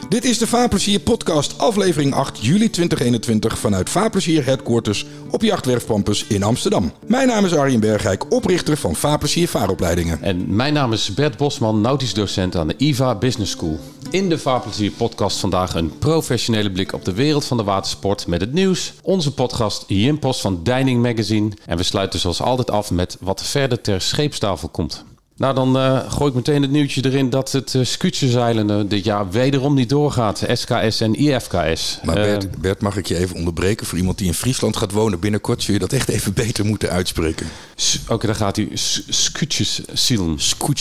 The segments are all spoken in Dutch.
Dit is de Vaarplezier podcast, aflevering 8 juli 2021 vanuit Vaarplezier Headquarters op Jachtwerf Pampus in Amsterdam. Mijn naam is Arjen Bergijk, oprichter van Vaarplezier Vaaropleidingen. En mijn naam is Bert Bosman, nautisch docent aan de IVA Business School. In de Vaarplezier podcast vandaag een professionele blik op de wereld van de watersport met het nieuws. Onze podcast Jim Post van Deining Magazine. En we sluiten zoals altijd af met wat verder ter scheepstafel komt. Nou, dan gooi ik meteen het nieuwtje erin dat het scootjeszeilen dit jaar wederom niet doorgaat. SKS en IFKS. Maar Bert, mag ik je even onderbreken? Voor iemand die in Friesland gaat wonen binnenkort zul je dat echt even beter moeten uitspreken. Oké, daar gaat hij. Scootjeszeilen.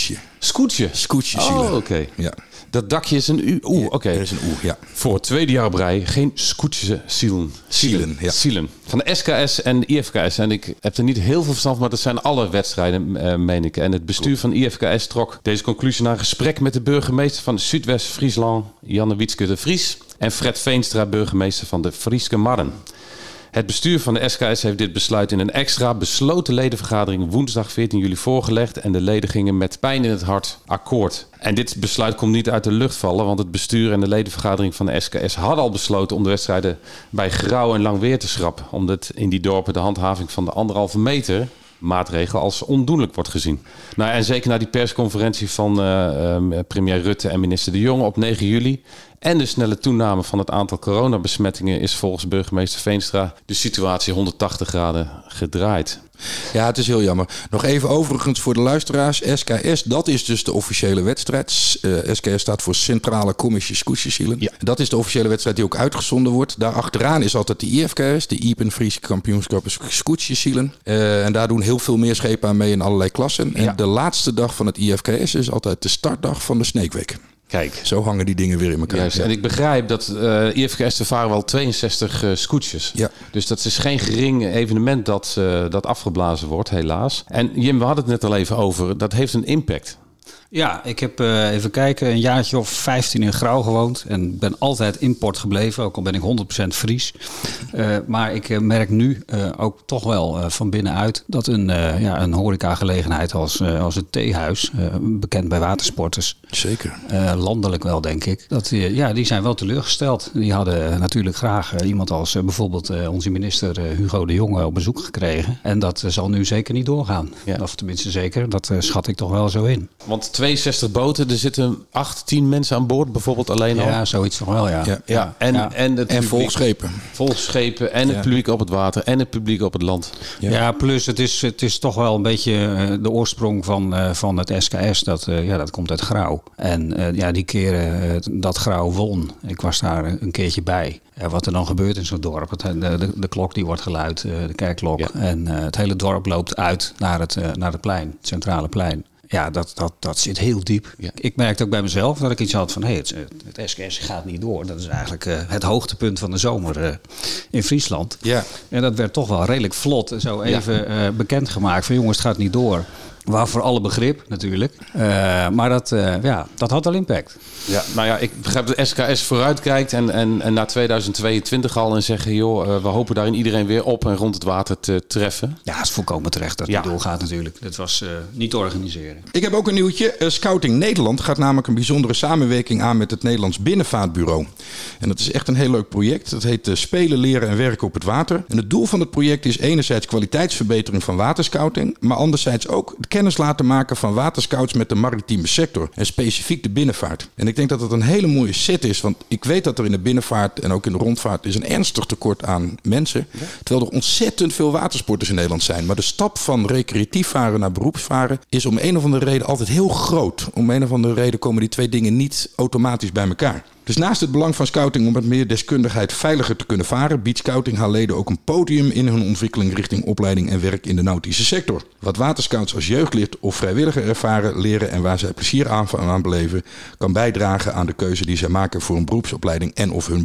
Scootjeszeilen. Oh, oké. Ja. Dat dakje is een U. Oké. Er is een U, ja. Voor het tweede jaar op rij geen scootjeszeilen. Zielen. Van de SKS en IFKS. En ik heb er niet heel veel verstand van, maar dat zijn alle wedstrijden, meen ik. En het bestuur van IFKS trok deze conclusie na een gesprek met de burgemeester van Zuidwest-Friesland, Janne Wietske de Vries, en Fred Veenstra, burgemeester van de Frieske Marren. Het bestuur van de SKS heeft dit besluit in een extra besloten ledenvergadering woensdag 14 juli voorgelegd en de leden gingen met pijn in het hart akkoord. En dit besluit komt niet uit de lucht vallen, want het bestuur en de ledenvergadering van de SKS hadden al besloten om de wedstrijden bij grauw en lang weer te schrappen, omdat in die dorpen de handhaving van de 1,5 meter maatregel als ondoenlijk wordt gezien. Nou, en zeker na die persconferentie van premier Rutte en minister De Jonge op 9 juli... en de snelle toename van het aantal coronabesmettingen is volgens burgemeester Veenstra de situatie 180 graden gedraaid. Ja, het is heel jammer. Nog even overigens voor de luisteraars. SKS, dat is dus de officiële wedstrijd. SKS staat voor Centrale Commissie Scootjeszeilen. Ja. Dat is de officiële wedstrijd die ook uitgezonden wordt. Daar achteraan is altijd de IFKS, de Iepen Friese Kampioenschap Scootjeszeilen. En daar doen heel veel meer schepen aan mee in allerlei klassen. En de laatste dag van het IFKS is altijd de startdag van de Sneekweek. Kijk. Zo hangen die dingen weer in elkaar. Juist. Ja. En ik begrijp dat IFKS varen wel 62 scootjes. Ja. Dus dat is geen gering evenement dat afgeblazen wordt, helaas. En Jim, we hadden het net al even over. Dat heeft een impact. Ja, ik heb even kijken, een jaartje of 15 in Grauw gewoond. En ben altijd import gebleven, ook al ben ik 100% Fries. Maar ik merk nu ook toch wel van binnenuit dat een horecagelegenheid als het Theehuis, bekend bij watersporters. Zeker. Landelijk wel, denk ik. Die zijn wel teleurgesteld. Die hadden natuurlijk graag iemand als bijvoorbeeld onze minister Hugo de Jonge op bezoek gekregen. En dat zal nu zeker niet doorgaan. Ja. Of tenminste zeker, dat schat ik toch wel zo in. Want 62 boten, er zitten 10 mensen aan boord bijvoorbeeld alleen al. Ja, zoiets toch wel, ja. En vol schepen. Vol schepen en het publiek op het water en het publiek op het land. Ja, plus het is toch wel een beetje de oorsprong van het SKS. Dat komt uit Grauw. En die keren dat Grauw won. Ik was daar een keertje bij. Wat er dan gebeurt in zo'n dorp. De klok die wordt geluid, de kerkklok. Ja. En het hele dorp loopt uit naar het plein, het centrale plein. Ja, dat zit heel diep. Ja. Ik merkte ook bij mezelf dat ik iets had van het SKS gaat niet door. Dat is eigenlijk het hoogtepunt van de zomer in Friesland. Ja. En dat werd toch wel redelijk vlot zo even bekendgemaakt van jongens, het gaat niet door. Waarvoor alle begrip natuurlijk. Maar dat had al impact. Ja, nou ja, ik begrijp dat de SKS vooruitkijkt en naar 2022 al en zeggen, joh, we hopen daarin iedereen weer op en rond het water te treffen. Ja, het is volkomen terecht dat het doorgaat natuurlijk. Dat was niet te organiseren. Ik heb ook een nieuwtje. Scouting Nederland gaat namelijk een bijzondere samenwerking aan met het Nederlands Binnenvaartbureau. En dat is echt een heel leuk project. Dat heet Spelen, Leren en Werken op het Water. En het doel van het project is enerzijds kwaliteitsverbetering van waterscouting, maar anderzijds ook kennis laten maken van waterscouts met de maritieme sector en specifiek de binnenvaart. En ik denk dat het een hele mooie set is, want ik weet dat er in de binnenvaart en ook in de rondvaart is een ernstig tekort aan mensen. Ja. Terwijl er ontzettend veel watersporters in Nederland zijn. Maar de stap van recreatief varen naar beroepsvaren is om een of andere reden altijd heel groot. Om een of andere reden komen die twee dingen niet automatisch bij elkaar. Dus naast het belang van scouting om met meer deskundigheid veiliger te kunnen varen, biedt scouting haar leden ook een podium in hun ontwikkeling richting opleiding en werk in de nautische sector. Wat waterscouts als jeugdlid of vrijwilliger ervaren, leren en waar zij plezier aan beleven, kan bijdragen aan de keuze die zij maken voor een beroepsopleiding en of hun beroep.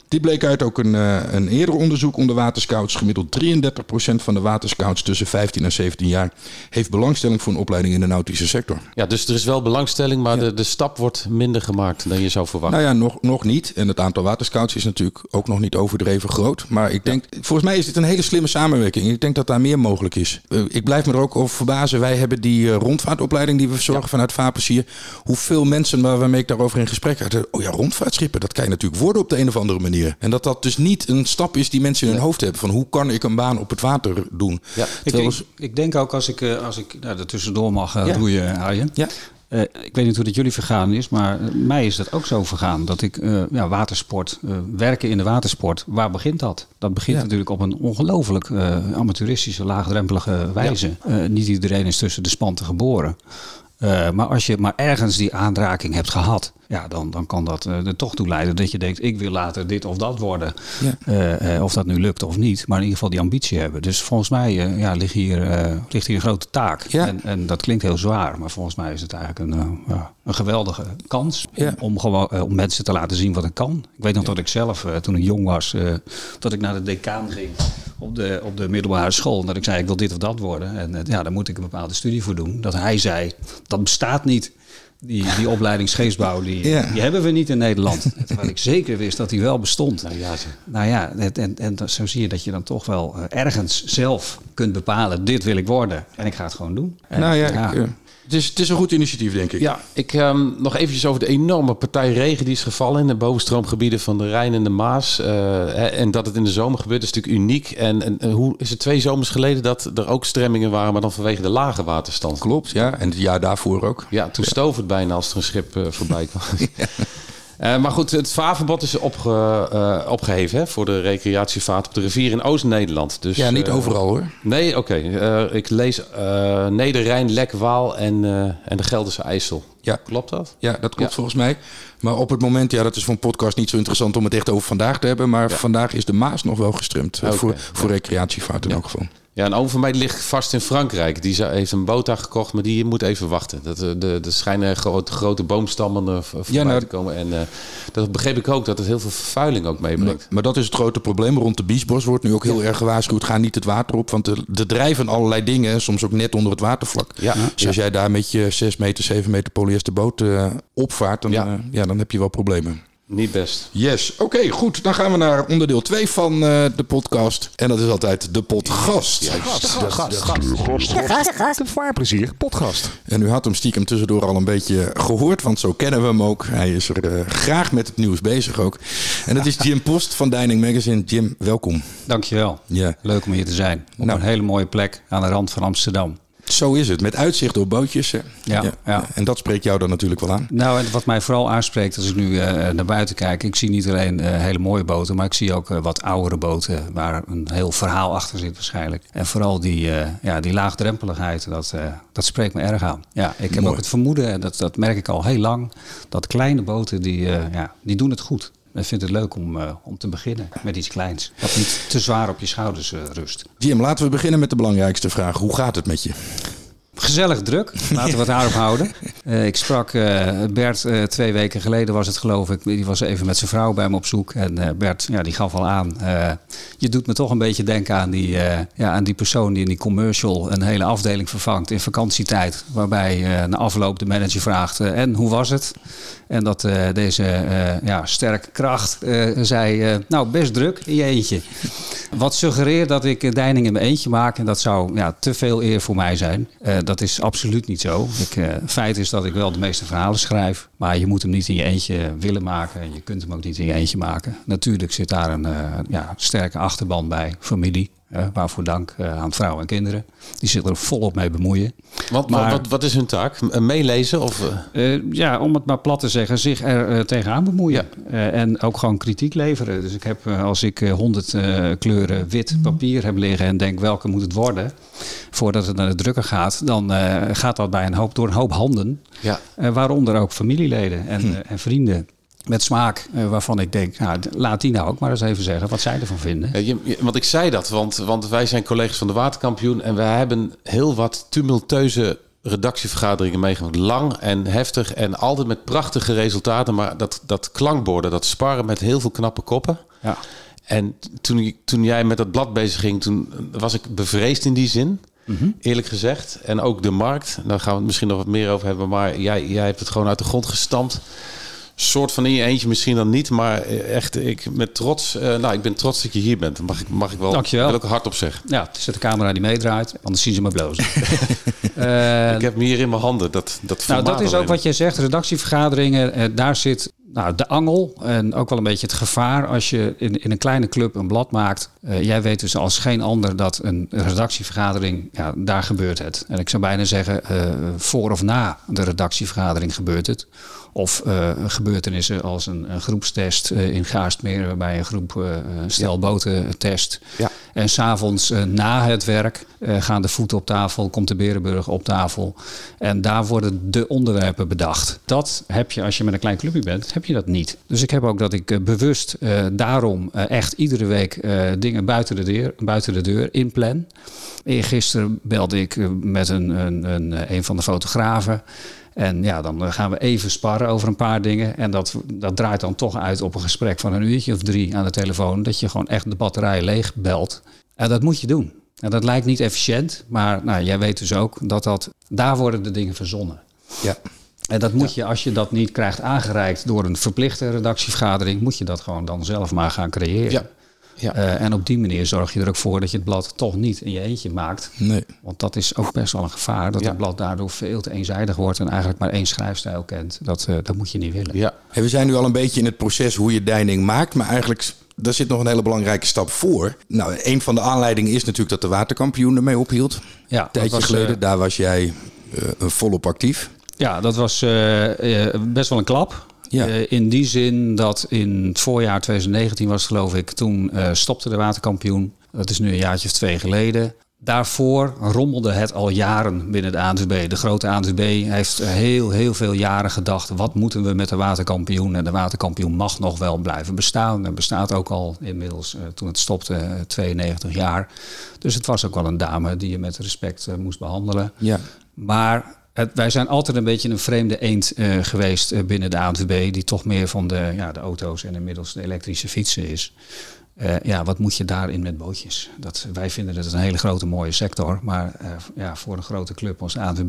Dit bleek uit ook een eerder onderzoek onder waterscouts. Gemiddeld 33% van de waterscouts tussen 15 en 17 jaar heeft belangstelling voor een opleiding in de nautische sector. Ja, dus er is wel belangstelling, maar de stap wordt minder gemaakt dan je zou verwachten. Nou ja, nog niet. En het aantal waterscouts is natuurlijk ook nog niet overdreven groot. Maar ik denk, volgens mij is dit een hele slimme samenwerking. Ik denk dat daar meer mogelijk is. Ik blijf me er ook over verbazen. Wij hebben die rondvaartopleiding die we verzorgen vanuit Vaarplezier. Hoeveel mensen waarmee ik daarover in gesprek had. Oh ja, rondvaartschepen, dat kan je natuurlijk worden op de een of andere manier. En dat dus niet een stap is die mensen in hun hoofd hebben. Van hoe kan ik een baan op het water doen? Ja. Ik denk ook als ik er tussendoor mag roeien, Arjen. Ja. Ik weet niet hoe dat jullie vergaan is, maar mij is dat ook zo vergaan. Dat ik watersport, werken in de watersport, waar begint dat? Dat begint natuurlijk op een ongelooflijk amateuristische, laagdrempelige wijze. Ja. Niet iedereen is tussen de spanten geboren. Maar als je maar ergens die aanraking hebt gehad, ja, dan kan dat er toch toe leiden dat je denkt, ik wil later dit of dat worden. Ja. Of dat nu lukt of niet, maar in ieder geval die ambitie hebben. Dus volgens mij ligt hier een grote taak. Ja. En dat klinkt heel zwaar, maar volgens mij is het eigenlijk een geweldige kans om mensen te laten zien wat ik kan. Ik weet nog dat ik zelf, toen ik jong was, dat ik naar de decaan ging op de middelbare school. En dat ik zei, ik wil dit of dat worden. En daar moet ik een bepaalde studie voor doen. Dat hij zei, dat bestaat niet. Die opleiding scheepsbouw, die hebben we niet in Nederland. Terwijl ik zeker wist dat die wel bestond. En zo zie je dat je dan toch wel ergens zelf kunt bepalen, dit wil ik worden. En ik ga het gewoon doen. Het is een goed initiatief, denk ik. Ja, ik nog eventjes over de enorme partij regen die is gevallen in de bovenstroomgebieden van de Rijn en de Maas. En dat het in de zomer gebeurt is natuurlijk uniek. En hoe is het 2 zomers geleden dat er ook stremmingen waren, maar dan vanwege de lage waterstand? Klopt, ja. En het jaar daarvoor ook. Ja, toen stoof het bijna als er een schip voorbij kwam. Maar goed, het vaarverbod is opgeheven voor de recreatievaart op de rivier in Oost-Nederland. Dus, niet overal hoor. Nee, oké. Ik lees Neder-Rijn, Lek, Waal en de Gelderse IJssel. Ja. Klopt dat? Ja, dat klopt volgens mij. Maar op het moment, dat is voor een podcast niet zo interessant om het echt over vandaag te hebben. Maar vandaag is de Maas nog wel gestremd voor recreatievaart in elk geval. Ja, een oom van mij ligt vast in Frankrijk. Die heeft een boot daar gekocht, maar die moet even wachten. Er schijnen grote boomstammen voorbij te komen. En dat begreep ik ook, dat het heel veel vervuiling ook meebrengt. Maar dat is het grote probleem. Rond de Biesbos wordt nu ook heel erg gewaarschuwd. Ga niet het water op, want er drijven allerlei dingen. Soms ook net onder het watervlak. Ja. Dus als jij daar met je 6 meter, 7 meter polyesterboot opvaart, dan heb je wel problemen. Niet best. Yes, oké, goed. Dan gaan we naar onderdeel 2 van de podcast. En dat is altijd de podcast. De Vaarplezier podcast. En u had hem stiekem tussendoor al een beetje gehoord, want zo kennen we hem ook. Hij is er graag met het nieuws bezig ook. En dat is Jim Post van Deining Magazine. Jim, welkom. Dankjewel. Yeah. Leuk om hier te zijn. Op een hele mooie plek aan de rand van Amsterdam. Zo is het, met uitzicht op bootjes. Ja. En dat spreekt jou dan natuurlijk wel aan. Nou, en wat mij vooral aanspreekt als ik nu naar buiten kijk. Ik zie niet alleen hele mooie boten, maar ik zie ook wat oudere boten waar een heel verhaal achter zit waarschijnlijk. En vooral die laagdrempeligheid, dat spreekt me erg aan. Ja, ik heb ook het vermoeden, en dat merk ik al heel lang, dat kleine boten die doen het goed. Ik vind het leuk om te beginnen met iets kleins. Dat niet te zwaar op je schouders rust. Jim, laten we beginnen met de belangrijkste vraag. Hoe gaat het met je? Gezellig druk, laten we het daarop houden. Ik sprak Bert 2 weken geleden was het geloof ik. Die was even met zijn vrouw bij me op zoek. En Bert die gaf al aan. Je doet me toch een beetje denken aan die persoon die in die commercial een hele afdeling vervangt in vakantietijd. Waarbij na afloop de manager vraagt en hoe was het? En dat deze sterke kracht zei, best druk in je eentje. Wat suggereert dat ik Deining in mijn eentje maak. En dat zou te veel eer voor mij zijn. Dat is absoluut niet zo. Feit is dat ik wel de meeste verhalen schrijf. Maar je moet hem niet in je eentje willen maken. En je kunt hem ook niet in je eentje maken. Natuurlijk zit daar een sterke achterban bij. Familie. Waarvoor dank aan vrouwen en kinderen. Die zich er volop mee bemoeien. Wat is hun taak? Meelezen? Of? Om het maar plat te zeggen, zich er tegenaan bemoeien. Ja. En ook gewoon kritiek leveren. Dus ik heb, als ik 100 kleuren wit papier heb liggen en denk welke moet het worden, voordat het naar de drukker gaat, dan gaat dat door een hoop handen. Ja. Waaronder ook familieleden en vrienden. Met smaak waarvan ik denk, laat die nou ook maar eens even zeggen wat zij ervan vinden. Ja, want ik zei dat, want wij zijn collega's van de Waterkampioen en wij hebben heel wat tumultueuze redactievergaderingen meegemaakt. Lang en heftig en altijd met prachtige resultaten. Maar dat klankborden, dat sparren met heel veel knappe koppen. Ja. En toen jij met dat blad bezig ging, toen was ik bevreesd in die zin. Eerlijk gezegd. En ook de markt. Daar gaan we het misschien nog wat meer over hebben. Maar jij hebt het gewoon uit de grond gestampt. Soort van in je eentje misschien dan niet. Maar echt, ik ben trots dat je hier bent. Mag ik wel. Dankjewel. Wil ik hardop zeggen. Ja, het is de camera die meedraait. Anders zien ze me blozen. Ik heb hem hier in mijn handen. Dat is ook wat jij zegt. Redactievergaderingen, daar zit de angel en ook wel een beetje het gevaar als je in een kleine club een blad maakt. Jij weet dus als geen ander dat een redactievergadering, daar gebeurt het. En ik zou bijna zeggen, voor of na de redactievergadering gebeurt het. Of gebeurtenissen als een groepstest in Gaarstmeer, waarbij een groep stel boten test. Ja. En 's avonds na het werk gaan de voeten op tafel, komt de Berenburg op tafel. En daar worden de onderwerpen bedacht. Dat heb je als je met een klein clubje bent, heb je dat niet. Dus ik heb ook dat ik bewust daarom echt iedere week dingen buiten de deur inplan. Gisteren belde ik met een van de fotografen. En dan gaan we even sparren over een paar dingen. En dat draait dan toch uit op een gesprek van 1 uurtje of 3 aan de telefoon. Dat je gewoon echt de batterij leeg belt. En dat moet je doen. En dat lijkt niet efficiënt. Maar jij weet dus ook daar worden de dingen verzonnen. Ja. En dat moet je, als je dat niet krijgt aangereikt door een verplichte redactievergadering, moet je dat gewoon dan zelf maar gaan creëren. Ja. Ja. En op die manier zorg je er ook voor dat je het blad toch niet in je eentje maakt. Nee. Want dat is ook best wel een gevaar. Dat het blad daardoor veel te eenzijdig wordt en eigenlijk maar 1 schrijfstijl kent. Dat moet je niet willen. Ja. Hey, we zijn nu al een beetje in het proces hoe je Deining maakt. Maar eigenlijk, daar zit nog een hele belangrijke stap voor. Nou, een van de aanleidingen is natuurlijk dat de waterkampioen ermee ophield. Ja, een tijdje geleden. Daar was jij volop actief. Ja, dat was best wel een klap. Ja. In die zin dat in het voorjaar 2019 was het, geloof ik, toen stopte de waterkampioen. Dat is nu een jaartje of 2 geleden. Daarvoor rommelde het al jaren binnen de ANWB. De grote ANWB heeft heel veel jaren gedacht, wat moeten we met de waterkampioen? En de waterkampioen mag nog wel blijven bestaan. En bestaat ook al inmiddels, toen het stopte, 92 jaar. Dus het was ook wel een dame die je met respect moest behandelen. Ja. Maar wij zijn altijd een beetje een vreemde eend geweest binnen de ANWB, die toch meer van de auto's en inmiddels de elektrische fietsen is. Wat moet je daarin met bootjes? Wij vinden het een hele grote mooie sector, maar voor een grote club als de ANWB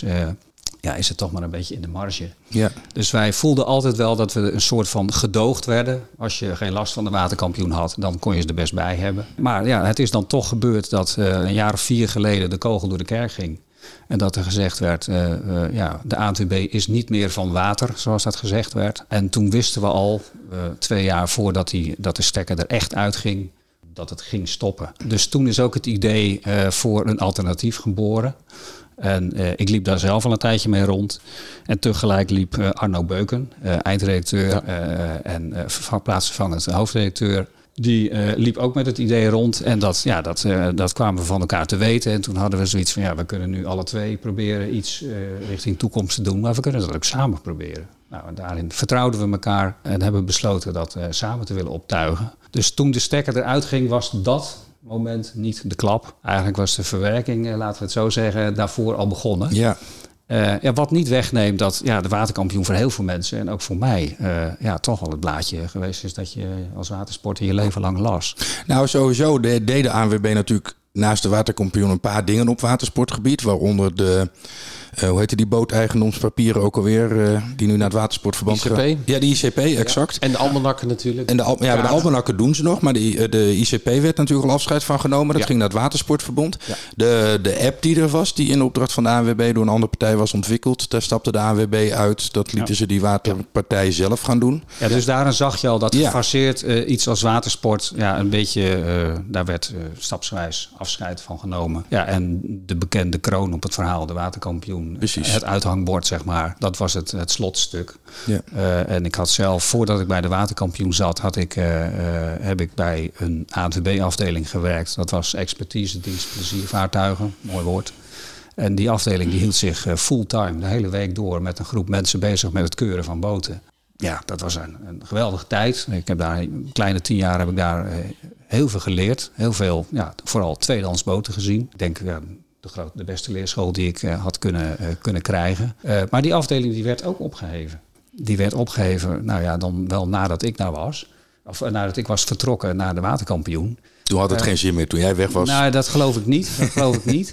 is het toch maar een beetje in de marge. Ja. Dus wij voelden altijd wel dat we een soort van gedoogd werden. Als je geen last van de waterkampioen had, dan kon je ze er best bij hebben. Maar het is dan toch gebeurd dat een jaar of 4 geleden de kogel door de kerk ging. En dat er gezegd werd, de ANWB is niet meer van water, zoals dat gezegd werd. En toen wisten we al, 2 jaar voordat dat de stekker er echt uitging, dat het ging stoppen. Dus toen is ook het idee voor een alternatief geboren. En ik liep daar zelf al een tijdje mee rond. En tegelijk liep Arno Beuken, eindredacteur en plaatsvervangend hoofdredacteur. Die liep ook met het idee rond. En dat kwamen we van elkaar te weten. En toen hadden we zoiets van, we kunnen nu alle 2 proberen iets richting toekomst te doen. Maar we kunnen dat ook samen proberen. Nou, en daarin vertrouwden we elkaar en hebben besloten dat samen te willen optuigen. Dus toen de stekker eruit ging, was dat moment niet de klap. Eigenlijk was de verwerking, laten we het zo zeggen, daarvoor al begonnen. Ja. Wat niet wegneemt dat de waterkampioen voor heel veel mensen en ook voor mij toch wel het blaadje geweest is dat je als watersporter je leven lang las. Nou, sowieso deed de ANWB natuurlijk naast de waterkampioen een paar dingen op watersportgebied, waaronder de hoe heette die booteigendomspapieren ook alweer, die nu naar het watersportverband gaan? ICP? Ja, de ICP, exact. En de almanakken natuurlijk. En de almanakken doen ze nog, maar de ICP werd natuurlijk al afscheid van genomen. Dat ging naar het watersportverbond. Ja. De app die er was, die in opdracht van de ANWB door een andere partij was ontwikkeld, daar stapte de ANWB uit. Dat lieten ze die waterpartij zelf gaan doen. Ja, dus daarin zag je al dat gefaseerd iets als watersport, een beetje, daar werd stapsgewijs afscheid van genomen. Ja, en de bekende kroon op het verhaal, de waterkampioen. Precies. Het uithangbord, zeg maar. Dat was het slotstuk. Ja. En ik had zelf, voordat ik bij de waterkampioen zat, heb ik bij een ANWB-afdeling gewerkt. Dat was expertise, dienst, pleziervaartuigen. Mooi woord. En die afdeling die hield zich fulltime de hele week door met een groep mensen bezig met het keuren van boten. Ja, dat was een geweldige tijd. Ik heb daar een kleine 10 jaar heel veel geleerd. Heel veel, vooral tweedehands boten gezien. Ik denk de beste leerschool die ik had kunnen krijgen. Maar die afdeling die werd ook opgeheven. Die werd opgeheven, nou ja, dan wel nadat ik daar was. Of nadat ik was vertrokken naar de waterkampioen. Toen had het geen zin meer, toen jij weg was. Nou, dat geloof ik niet.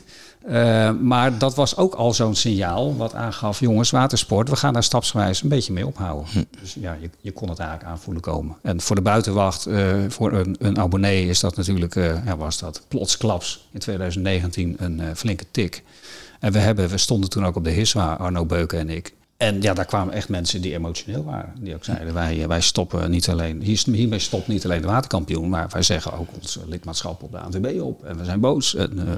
Maar dat was ook al zo'n signaal wat aangaf... jongens, watersport, we gaan daar stapsgewijs een beetje mee ophouden. Dus ja, je kon het eigenlijk aanvoelen komen. En voor de buitenwacht, voor een abonnee is dat natuurlijk... was dat plotsklaps in 2019 een flinke tik. En we stonden toen ook op de HISWA, Arno Beuken en ik... En ja, daar kwamen echt mensen die emotioneel waren. Die ook zeiden, wij stoppen niet alleen... Hiermee stopt niet alleen de waterkampioen... maar wij zeggen ook ons lidmaatschap op de ANWB op. En we zijn boos. En,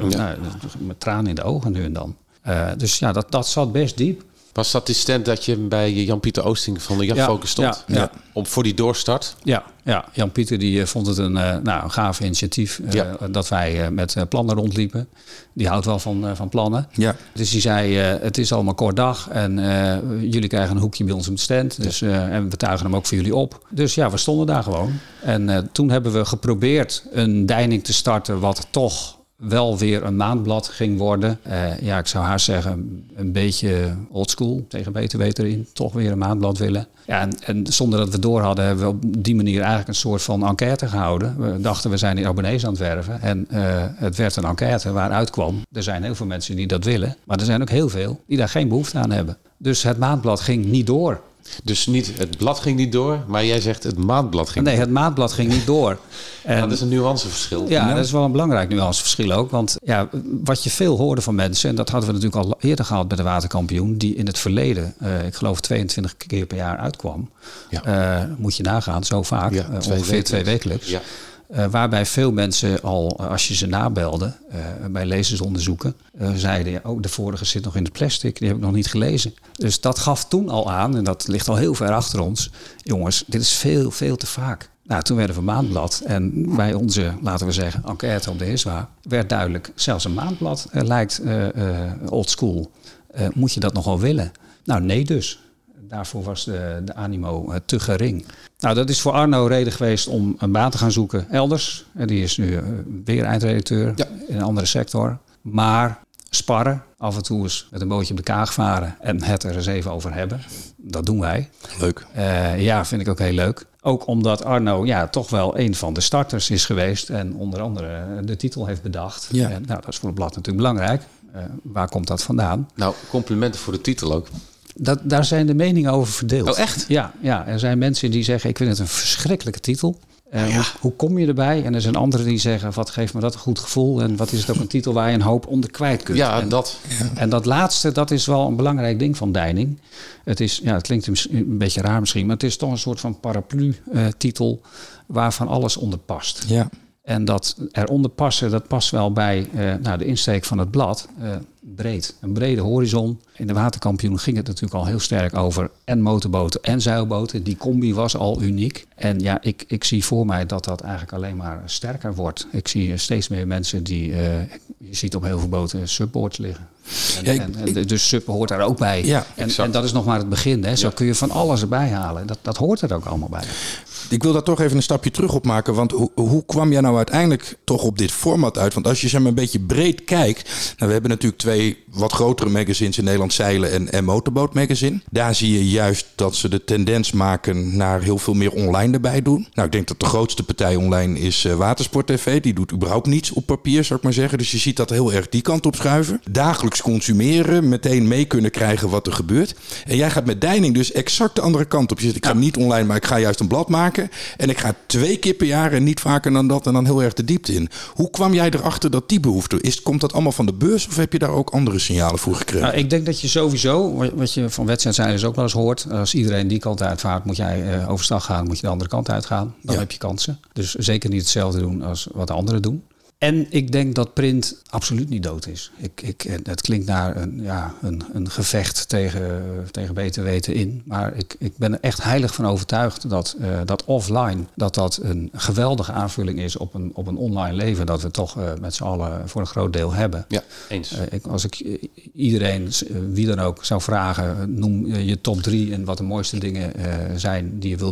met tranen in de ogen nu en dan. Dus ja, dat zat best diep. Was dat die stand dat je bij Jan-Pieter Oosting van de Jachtfocus stond? Ja. Voor die doorstart? Ja. Jan-Pieter die vond het een gaaf initiatief dat wij met plannen rondliepen. Die houdt wel van plannen. Ja. Dus die zei, het is allemaal kort dag en jullie krijgen een hoekje bij ons op de stand. Dus, en we tuigen hem ook voor jullie op. Dus ja, we stonden daar gewoon. En toen hebben we geprobeerd een deining te starten wat toch... wel weer een maandblad ging worden. Ik zou haast zeggen, een beetje oldschool. Tegen beter weten erin. Toch weer een maandblad willen. Ja, en zonder dat we door hadden, hebben we op die manier eigenlijk een soort van enquête gehouden. We dachten, we zijn hier abonnees aan het werven. En het werd een enquête waaruit kwam. Er zijn heel veel mensen die dat willen. Maar er zijn ook heel veel die daar geen behoefte aan hebben. Dus het maandblad ging niet door. Dus niet het blad ging niet door, maar jij zegt het maandblad ging door. Nee, het maandblad ging niet door. En dat is een nuanceverschil. Ja, dat is wel een belangrijk nuanceverschil ook. Want ja, wat je veel hoorde van mensen... en dat hadden we natuurlijk al eerder gehad bij de waterkampioen... die in het verleden, ik geloof 22 keer per jaar uitkwam. Ja. Moet je nagaan, zo vaak. Ja, ongeveer 2 wekelijks. Ja. Waarbij veel mensen al, als je ze nabelde, bij lezersonderzoeken, zeiden, de vorige zit nog in het plastic, die heb ik nog niet gelezen. Dus dat gaf toen al aan, en dat ligt al heel ver achter ons, jongens, dit is veel, veel te vaak. Nou, toen werden we maandblad en bij onze, laten we zeggen, enquête op de HISWA werd duidelijk, zelfs een maandblad lijkt old school. Moet je dat nog wel willen? Nou, nee dus. Daarvoor was de animo te gering. Nou, dat is voor Arno reden geweest om een baan te gaan zoeken elders. Die is nu weer eindredacteur in een andere sector. Maar sparren, af en toe eens met een bootje op de kaag varen en het er eens even over hebben. Dat doen wij. Leuk. Vind ik ook heel leuk. Ook omdat Arno toch wel een van de starters is geweest en onder andere de titel heeft bedacht. Ja. En, dat is voor het blad natuurlijk belangrijk. Waar komt dat vandaan? Nou, complimenten voor de titel ook. Daar zijn de meningen over verdeeld. Oh, echt? Ja, er zijn mensen die zeggen, ik vind het een verschrikkelijke titel. Hoe kom je erbij? En er zijn anderen die zeggen, wat geeft me dat een goed gevoel? En wat is het ook een titel waar je een hoop onder kwijt kunt? Ja, En dat laatste, dat is wel een belangrijk ding van deining. Het klinkt een beetje raar misschien, maar het is toch een soort van paraplu-titel waarvan alles onder past. Ja. En dat eronder passen, dat past wel bij de insteek van het blad. Breed. Een brede horizon. In de waterkampioen ging het natuurlijk al heel sterk over en motorboten en zeilboten. Die combi was al uniek. En ja, ik zie voor mij dat dat eigenlijk alleen maar sterker wordt. Ik zie steeds meer mensen die... je ziet op heel veel boten subboards liggen. Dus sub hoort daar ook bij. Ja, en dat is nog maar het begin. Hè. Zo kun je van alles erbij halen. Dat hoort er ook allemaal bij. Ik wil daar toch even een stapje terug op maken. Want hoe kwam jij nou uiteindelijk toch op dit format uit? Want als je zeg maar een beetje breed kijkt. Nou, we hebben natuurlijk 2 wat grotere magazines in Nederland. Zeilen en Motorboot Magazine. Daar zie je juist dat ze de tendens maken naar heel veel meer online erbij doen. Nou, ik denk dat de grootste partij online is Watersport TV. Die doet überhaupt niets op papier, zou ik maar zeggen. Dus je ziet dat heel erg die kant op schuiven. Dagelijks consumeren. Meteen mee kunnen krijgen wat er gebeurt. En jij gaat met deining dus exact de andere kant op. Je zegt, ik ga niet online, maar ik ga juist een blad maken. En ik ga 2 keer per jaar en niet vaker dan dat en dan heel erg de diepte in. Hoe kwam jij erachter dat die behoefte is? Komt dat allemaal van de beurs of heb je daar ook andere signalen voor gekregen? Nou, ik denk dat je sowieso, wat je van wedstrijdzeilers ook wel eens hoort. Als iedereen die kant uitvaart, moet jij overstag gaan, moet je de andere kant uitgaan. Dan heb je kansen. Dus zeker niet hetzelfde doen als wat de anderen doen. En ik denk dat print absoluut niet dood is. Het klinkt naar een gevecht tegen beter weten in. Maar ik ben er echt heilig van overtuigd dat offline dat een geweldige aanvulling is op een online leven. Dat we toch met z'n allen voor een groot deel hebben. Ja, eens. Als ik iedereen, wie dan ook, zou vragen, noem je top 3 en wat de mooiste dingen zijn die je wil doen.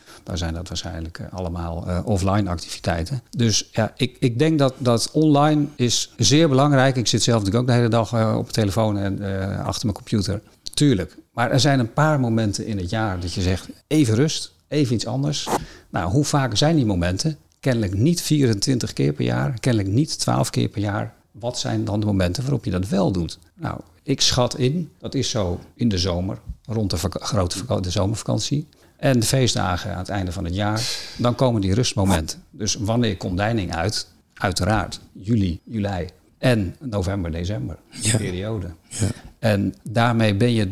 Daar zijn dat waarschijnlijk allemaal offline activiteiten. Dus ja, ik denk dat online is zeer belangrijk. Ik zit zelf natuurlijk ook de hele dag op de telefoon en achter mijn computer. Tuurlijk. Maar er zijn een paar momenten in het jaar dat je zegt, even rust, even iets anders. Nou, hoe vaak zijn die momenten? Kennelijk niet 24 keer per jaar, kennelijk niet 12 keer per jaar. Wat zijn dan de momenten waarop je dat wel doet? Nou, ik schat in, dat is zo in de zomer, rond de zomervakantie. En de feestdagen aan het einde van het jaar, dan komen die rustmomenten. Dus wanneer komt Deining uit? Uiteraard juli. En november, december, periode. Ja. En daarmee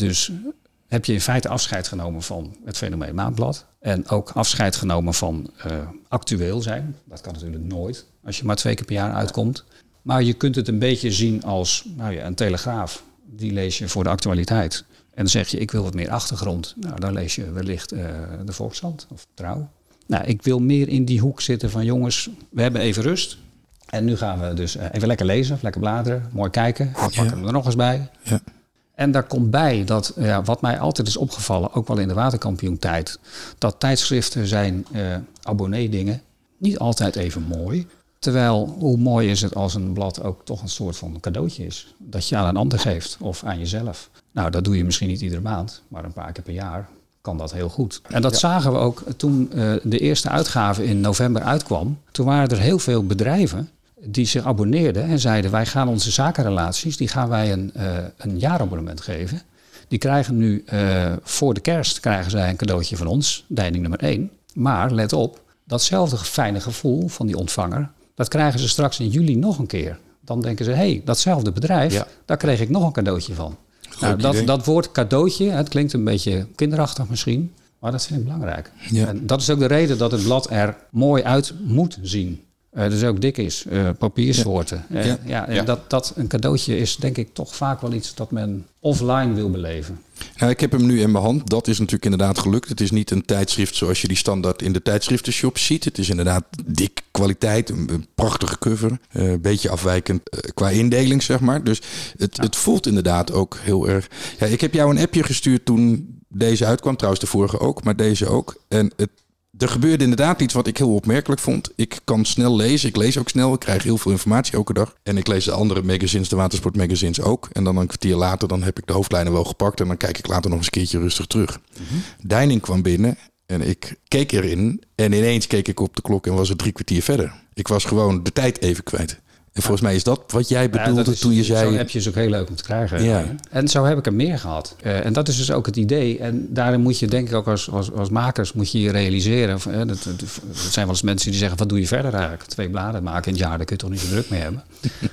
heb je in feite afscheid genomen van het fenomeen Maandblad. En ook afscheid genomen van actueel zijn. Dat kan natuurlijk nooit, als je maar 2 keer per jaar uitkomt. Maar je kunt het een beetje zien als een telegraaf. Die lees je voor de actualiteit. En dan zeg je, ik wil wat meer achtergrond. Nou, dan lees je wellicht de Volkskrant of Trouw. Nou, ik wil meer in die hoek zitten van jongens, we hebben even rust. En nu gaan we dus even lekker lezen, lekker bladeren, mooi kijken. We pakken er nog eens bij. Ja. En daar komt bij dat, wat mij altijd is opgevallen, ook wel in de waterkampioentijd, dat tijdschriften zijn abonnee-dingen niet altijd even mooi. Terwijl, hoe mooi is het als een blad ook toch een soort van cadeautje is. Dat je aan een ander geeft of aan jezelf. Nou, dat doe je misschien niet iedere maand, maar een paar keer per jaar kan dat heel goed. En dat zagen we ook toen de eerste uitgave in november uitkwam. Toen waren er heel veel bedrijven die zich abonneerden en zeiden, wij gaan onze zakenrelaties, die gaan wij een jaarabonnement geven. Die krijgen nu voor de kerst krijgen zij een cadeautje van ons, Deining nummer 1. Maar let op, datzelfde fijne gevoel van die ontvanger, dat krijgen ze straks in juli nog een keer. Dan denken ze, datzelfde bedrijf, daar kreeg ik nog een cadeautje van. Nou, dat woord cadeautje, het klinkt een beetje kinderachtig misschien, maar dat vind ik belangrijk. Ja. En dat is ook de reden dat het blad er mooi uit moet zien. Dus ook dik is, papiersoorten. En dat een cadeautje is denk ik toch vaak wel iets dat men offline wil beleven. Nou, ik heb hem nu in mijn hand. Dat is natuurlijk inderdaad gelukt. Het is niet een tijdschrift zoals je die standaard in de tijdschriftenshop ziet. Het is inderdaad dik kwaliteit, een prachtige cover. Een beetje afwijkend qua indeling, zeg maar. Dus het voelt inderdaad ook heel erg. Ja, ik heb jou een appje gestuurd toen deze uitkwam. Trouwens de vorige ook, maar deze ook. En er gebeurde inderdaad iets wat ik heel opmerkelijk vond. Ik kan snel lezen. Ik lees ook snel. Ik krijg heel veel informatie elke dag. En ik lees de andere magazines, de watersportmagazines ook. En dan een kwartier later, dan heb ik de hoofdlijnen wel gepakt. En dan kijk ik later nog eens een keertje rustig terug. Mm-hmm. Deining kwam binnen en ik keek erin. En ineens keek ik op de klok en was het 3 kwartier verder. Ik was gewoon de tijd even kwijt. En volgens mij is dat wat jij bedoelde toen je zei... Zo'n appje is ook heel leuk om te krijgen. Ja. En zo heb ik er meer gehad. En dat is dus ook het idee. En daarin moet je denk ik ook als makers moet je realiseren. Dat zijn wel eens mensen die zeggen, wat doe je verder eigenlijk? 2 bladen maken in het jaar, daar kun je toch niet zo druk mee hebben.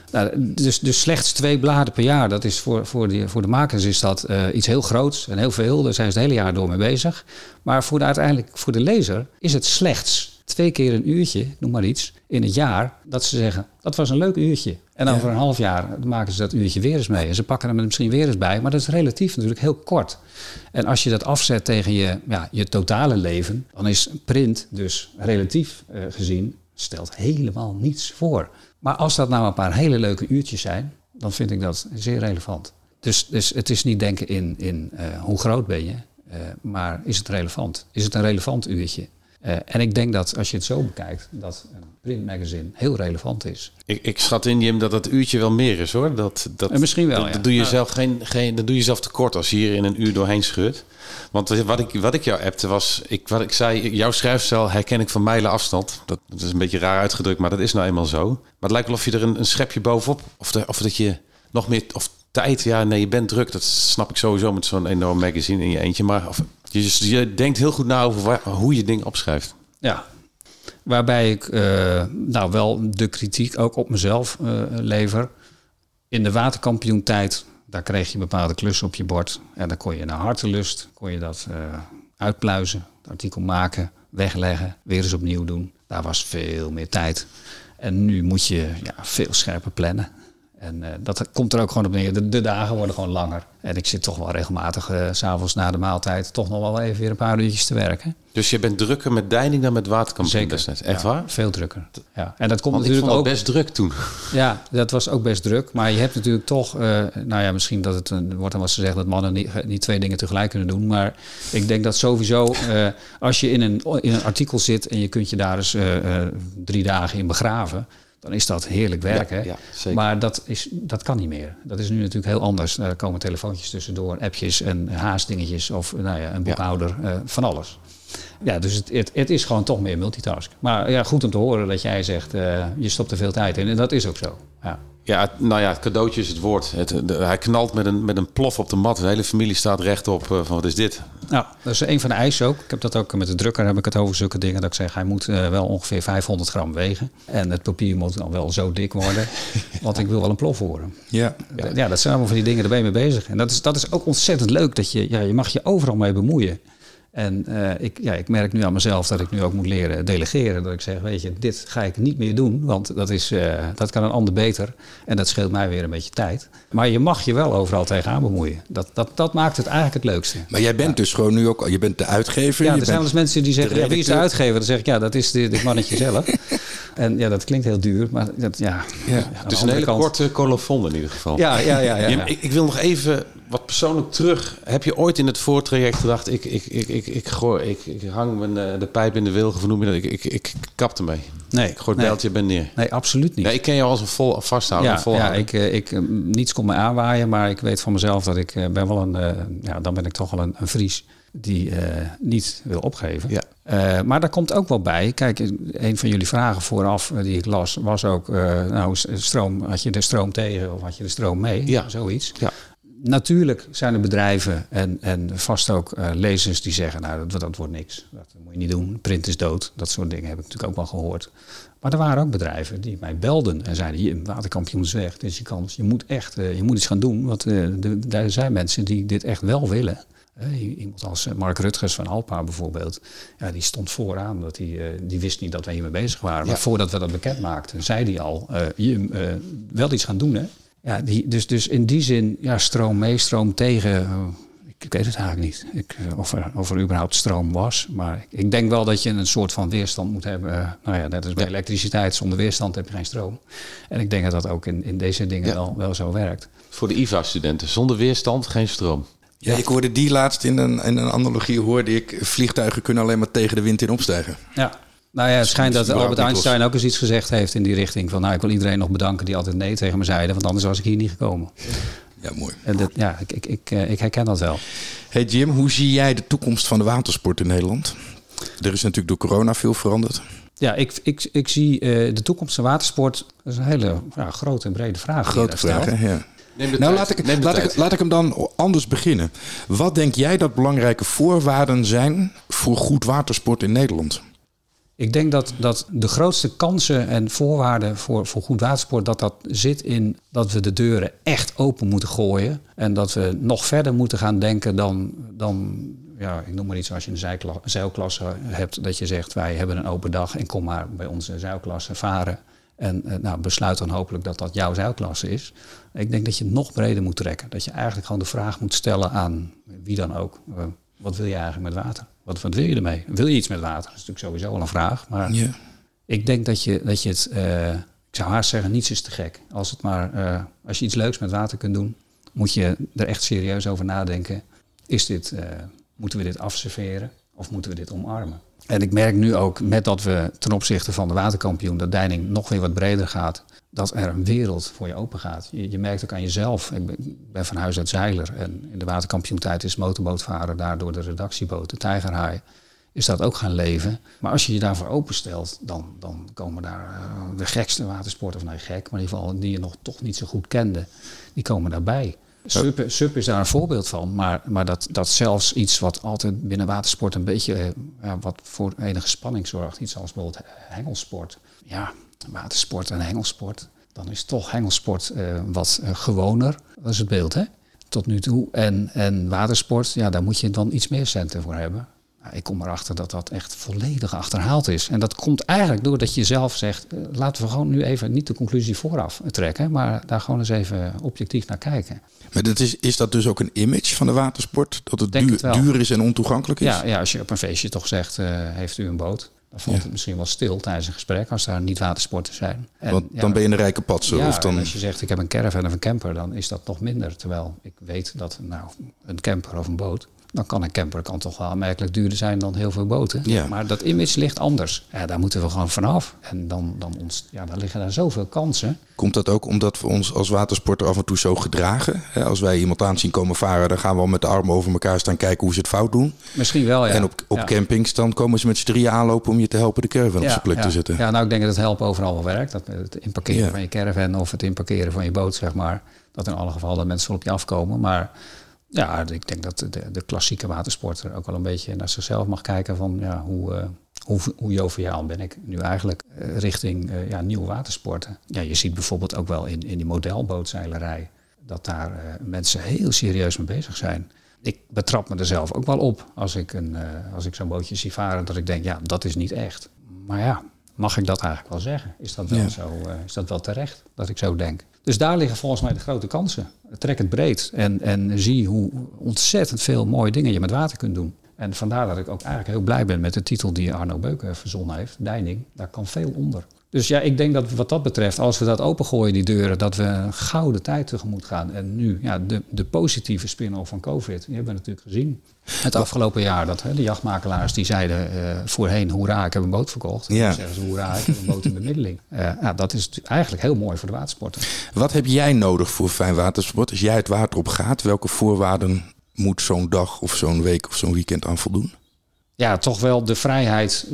Dus slechts 2 bladen per jaar. Dat is voor de makers is dat iets heel groots en heel veel. Daar zijn ze het hele jaar door mee bezig. Maar uiteindelijk voor de lezer is het slechts 2 keer een uurtje, noem maar iets, in het jaar, dat ze zeggen, dat was een leuk uurtje. En over een half jaar maken ze dat uurtje weer eens mee. En ze pakken hem er misschien weer eens bij, maar dat is relatief natuurlijk heel kort. En als je dat afzet tegen je totale leven, dan is print dus relatief gezien, stelt helemaal niets voor. Maar als dat nou een paar hele leuke uurtjes zijn, dan vind ik dat zeer relevant. Dus het is niet denken in hoe groot ben je, maar is het relevant? Is het een relevant uurtje? En ik denk dat als je het zo bekijkt, dat een printmagazine heel relevant is. Ik schat in, Jim, dat het uurtje wel meer is, hoor. Misschien wel, dat doe je zelf dat doe je zelf tekort als je hier in een uur doorheen scheurt. Want wat ik jou appte was, wat ik zei, jouw schrijfstijl herken ik van mijlen afstand. Dat is een beetje raar uitgedrukt, maar dat is nou eenmaal zo. Maar het lijkt wel of je er een schepje bovenop, of dat je nog meer... tijd, je bent druk. Dat snap ik sowieso met zo'n enorm magazine in je eentje. Maar je denkt heel goed na over hoe je dingen opschrijft. Ja, waarbij ik wel de kritiek ook op mezelf lever. In de waterkampioentijd, daar kreeg je bepaalde klussen op je bord. En dan kon je naar hartelust, dat uitpluizen, het artikel maken, wegleggen, weer eens opnieuw doen. Daar was veel meer tijd. En nu moet je veel scherper plannen. En dat komt er ook gewoon op neer. De dagen worden gewoon langer. En ik zit toch wel regelmatig 's avonds na de maaltijd toch nog wel even weer een paar uurtjes te werken. Dus je bent drukker met deining dan met waterkampioen Zeker. destijds? Echt Ja, waar? Veel drukker. Ja. En dat komt Want ik natuurlijk vond het ook best druk toen. Ja, dat was ook best druk. Maar je hebt natuurlijk toch... misschien dat het... wordt dan wat ze zeggen dat mannen niet 2 dingen tegelijk kunnen doen. Maar ik denk dat sowieso... als je in een artikel zit en je kunt je daar eens 3 dagen in begraven... dan is dat heerlijk werken. Ja, zeker. Maar dat kan niet meer. Dat is nu natuurlijk heel anders. Er komen telefoontjes tussendoor, appjes en haastdingetjes... of een boekhouder, van alles. Ja, dus het is gewoon toch meer multitask. Maar ja, goed om te horen dat jij zegt... je stopt er veel tijd in. En dat is ook zo. Ja. Ja, het cadeautje is het woord. Hij knalt met een plof op de mat. De hele familie staat rechtop van wat is dit? Nou, dat is een van de eisen ook. Ik heb dat ook met de drukker, heb ik het over zulke dingen. Dat ik zeg, hij moet wel ongeveer 500 gram wegen. En het papier moet dan wel zo dik worden. Want ik wil wel een plof horen. Ja. Ja, dat zijn allemaal van die dingen, daar ben je mee bezig. En dat is ook ontzettend leuk. Dat je mag je overal mee bemoeien. En ik merk nu aan mezelf dat ik nu ook moet leren delegeren. Dat ik zeg, weet je, dit ga ik niet meer doen. Want dat kan een ander beter. En dat scheelt mij weer een beetje tijd. Maar je mag je wel overal tegenaan bemoeien. Dat maakt het eigenlijk het leukste. Maar jij bent dus gewoon nu ook... Je bent de uitgever. Ja, er zijn wel eens mensen die zeggen, wie is de uitgever? Dan zeg ik, dat is dit mannetje zelf. En ja, dat klinkt heel duur. Maar het is een hele korte colofon in ieder geval. Ja. Ik wil nog even wat persoonlijk terug. Heb je ooit in het voortraject gedacht... Ik hang de pijp in de wilgen, of noem je dat? Ik kap ermee. Nee. Ik gooi het bijltje ben neer. Nee, absoluut niet. Nee, ik ken jou als een vol vasthouder. Niets kon me aanwaaien, maar ik weet van mezelf dat ik ben wel dan ben ik toch wel een Fries die niet wil opgeven. Ja. Maar daar komt ook wel bij. Kijk, een van jullie vragen vooraf die ik las, was ook... had je de stroom tegen of had je de stroom mee? Ja. Zoiets. Ja. Natuurlijk zijn er bedrijven en vast ook lezers die zeggen... dat wordt niks, dat moet je niet doen, print is dood. Dat soort dingen heb ik natuurlijk ook wel gehoord. Maar er waren ook bedrijven die mij belden en zeiden... je waterkampioen is weg, dit is je kans. Je moet echt je moet iets gaan doen, want er zijn mensen die dit echt wel willen. Iemand als Mark Rutgers van Alpa bijvoorbeeld... die stond vooraan, dat die wist niet dat wij hiermee bezig waren. Maar voordat we dat bekend maakten, zei hij al... wel iets gaan doen, hè? Ja, dus in die zin, stroom mee, stroom tegen... ik weet het eigenlijk niet. Of er überhaupt stroom was. Maar ik denk wel dat je een soort van weerstand moet hebben. Net als bij elektriciteit. Zonder weerstand heb je geen stroom. En ik denk dat dat ook in deze dingen wel zo werkt. Voor de IVA-studenten. Zonder weerstand, geen stroom. Ja, ik hoorde die laatst in een analogie. Hoorde ik, vliegtuigen kunnen alleen maar tegen de wind in opstijgen. Ja. Het schijnt dat Albert Einstein ook eens iets gezegd heeft in die richting. Van ik wil iedereen nog bedanken die altijd nee tegen me zeiden. Want anders was ik hier niet gekomen. Ja, mooi. En ik herken dat wel. Hey Jim, hoe zie jij de toekomst van de watersport in Nederland? Er is natuurlijk door corona veel veranderd. Ja, ik zie de toekomst van watersport. Dat is een hele grote en brede vraag. Grote vraag, hè? Ja. Laat ik hem dan anders beginnen. Wat denk jij dat belangrijke voorwaarden zijn voor goed watersport in Nederland? Ik denk dat de grootste kansen en voorwaarden voor goed watersport... dat zit in dat we de deuren echt open moeten gooien. En dat we nog verder moeten gaan denken dan ik noem maar iets als je een zeilklasse hebt... dat je zegt, wij hebben een open dag en kom maar bij onze zeilklasse varen. En besluit dan hopelijk dat dat jouw zeilklasse is. Ik denk dat je het nog breder moet trekken. Dat je eigenlijk gewoon de vraag moet stellen aan wie dan ook... wat wil je eigenlijk met water? Wat wil je ermee? Wil je iets met water? Dat is natuurlijk sowieso wel een vraag. Maar ik denk dat je het... ik zou haast zeggen, niets is te gek. Als je iets leuks met water kunt doen... moet je er echt serieus over nadenken. Moeten we dit afserveren? Of moeten we dit omarmen? En ik merk nu ook, met dat we ten opzichte van de waterkampioen... dat deining nog weer wat breder gaat... dat er een wereld voor je open gaat. Je merkt ook aan jezelf. Ik ben van huis uit zeiler. En in de waterkampioentijd is motorbootvaren... daardoor de redactieboot, de Tijgerhaai... is dat ook gaan leven. Maar als je je daarvoor openstelt... dan komen daar de gekste watersporten... of gek, maar in ieder geval die je nog toch niet zo goed kende... die komen daarbij. SUP is daar een voorbeeld van. Maar dat zelfs iets wat altijd binnen watersport... een beetje wat voor enige spanning zorgt. Iets als bijvoorbeeld hengelsport. Ja, watersport en hengelsport. Dan is toch hengelsport wat gewoner. Dat is het beeld, hè? Tot nu toe. En watersport, daar moet je dan iets meer centen voor hebben. Ik kom erachter dat dat echt volledig achterhaald is. En dat komt eigenlijk doordat je zelf zegt, laten we gewoon nu even niet de conclusie vooraf trekken, maar daar gewoon eens even objectief naar kijken. Maar is dat dus ook een image van de watersport? Dat het duur is en ontoegankelijk is? Ja, als je op een feestje toch zegt, heeft u een boot? Dan valt het misschien wel stil tijdens een gesprek als daar niet watersporten zijn. En, want dan ben je een rijke patser. Ja, of dan... en als je zegt ik heb een caravan of een camper, dan is dat nog minder. Terwijl ik weet dat een camper of een boot, dan kan een camper toch wel aanmerkelijk duurder zijn dan heel veel boten. Ja. Maar dat image ligt anders. Ja, daar moeten we gewoon vanaf. En dan liggen daar zoveel kansen. Komt dat ook omdat we ons als watersporter af en toe zo gedragen? Als wij iemand aan zien komen varen, dan gaan we al met de armen over elkaar staan kijken hoe ze het fout doen. Misschien wel, ja. En op campings, dan komen ze met z'n drieën aanlopen om je te helpen de caravan op zijn plek te zetten. Ja, ik denk dat het helpen overal wel werkt. Dat het inparkeren van je caravan of het inparkeren van je boot, zeg maar. Dat in alle gevallen dat mensen wel op je afkomen. Maar ja, ik denk dat de klassieke watersporter ook wel een beetje naar zichzelf mag kijken van hoe joviaal ben ik nu eigenlijk richting nieuwe watersporten. Ja, je ziet bijvoorbeeld ook wel in die modelbootzeilerij dat daar mensen heel serieus mee bezig zijn. Ik betrap me er zelf ook wel op als ik zo'n bootje zie varen dat ik denk, ja, dat is niet echt. Maar ja, mag ik dat eigenlijk wel zeggen? Is dat wel zo? Is dat wel terecht dat ik zo denk? Dus daar liggen volgens mij de grote kansen. Trek het breed en zie hoe ontzettend veel mooie dingen je met water kunt doen. En vandaar dat ik ook eigenlijk heel blij ben met de titel die Arno Beuken verzonnen heeft. Deining, daar kan veel onder. Dus ja, ik denk dat wat dat betreft, als we dat opengooien, die deuren, dat we een gouden tijd tegemoet gaan. En nu, de positieve spin-off van COVID, die hebben we natuurlijk gezien. Het afgelopen jaar, dat de jachtmakelaars die zeiden voorheen, hoera, ik heb een boot verkocht. En dan zeggen ze, hoera, ik heb een boot in bemiddeling. Dat is eigenlijk heel mooi voor de watersporten. Wat heb jij nodig voor fijn watersport? Als jij het water op gaat, welke voorwaarden moet zo'n dag of zo'n week of zo'n weekend aan voldoen? Ja, toch wel de vrijheid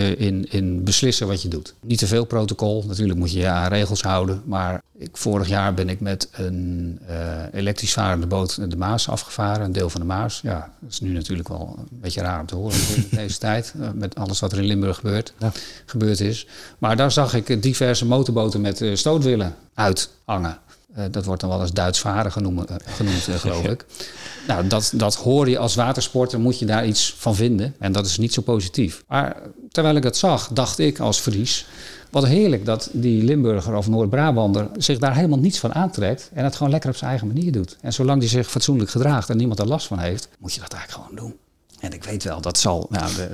in beslissen wat je doet. Niet te veel protocol. Natuurlijk moet je je aan regels houden. Maar vorig jaar ben ik met een elektrisch varende boot de Maas afgevaren. Een deel van de Maas. Ja, dat is nu natuurlijk wel een beetje raar om te horen in deze tijd. Met alles wat er in Limburg gebeurd is. Maar daar zag ik diverse motorboten met stootwielen uithangen. Dat wordt dan wel eens Duits varen genoemd geloof ik. Nou, dat hoor je als watersporter, moet je daar iets van vinden. En dat is niet zo positief. Maar terwijl ik dat zag, dacht ik als Fries, wat heerlijk dat die Limburger of Noord-Brabander zich daar helemaal niets van aantrekt. En het gewoon lekker op zijn eigen manier doet. En zolang die zich fatsoenlijk gedraagt en niemand er last van heeft, moet je dat eigenlijk gewoon doen. En ik weet wel, dat zal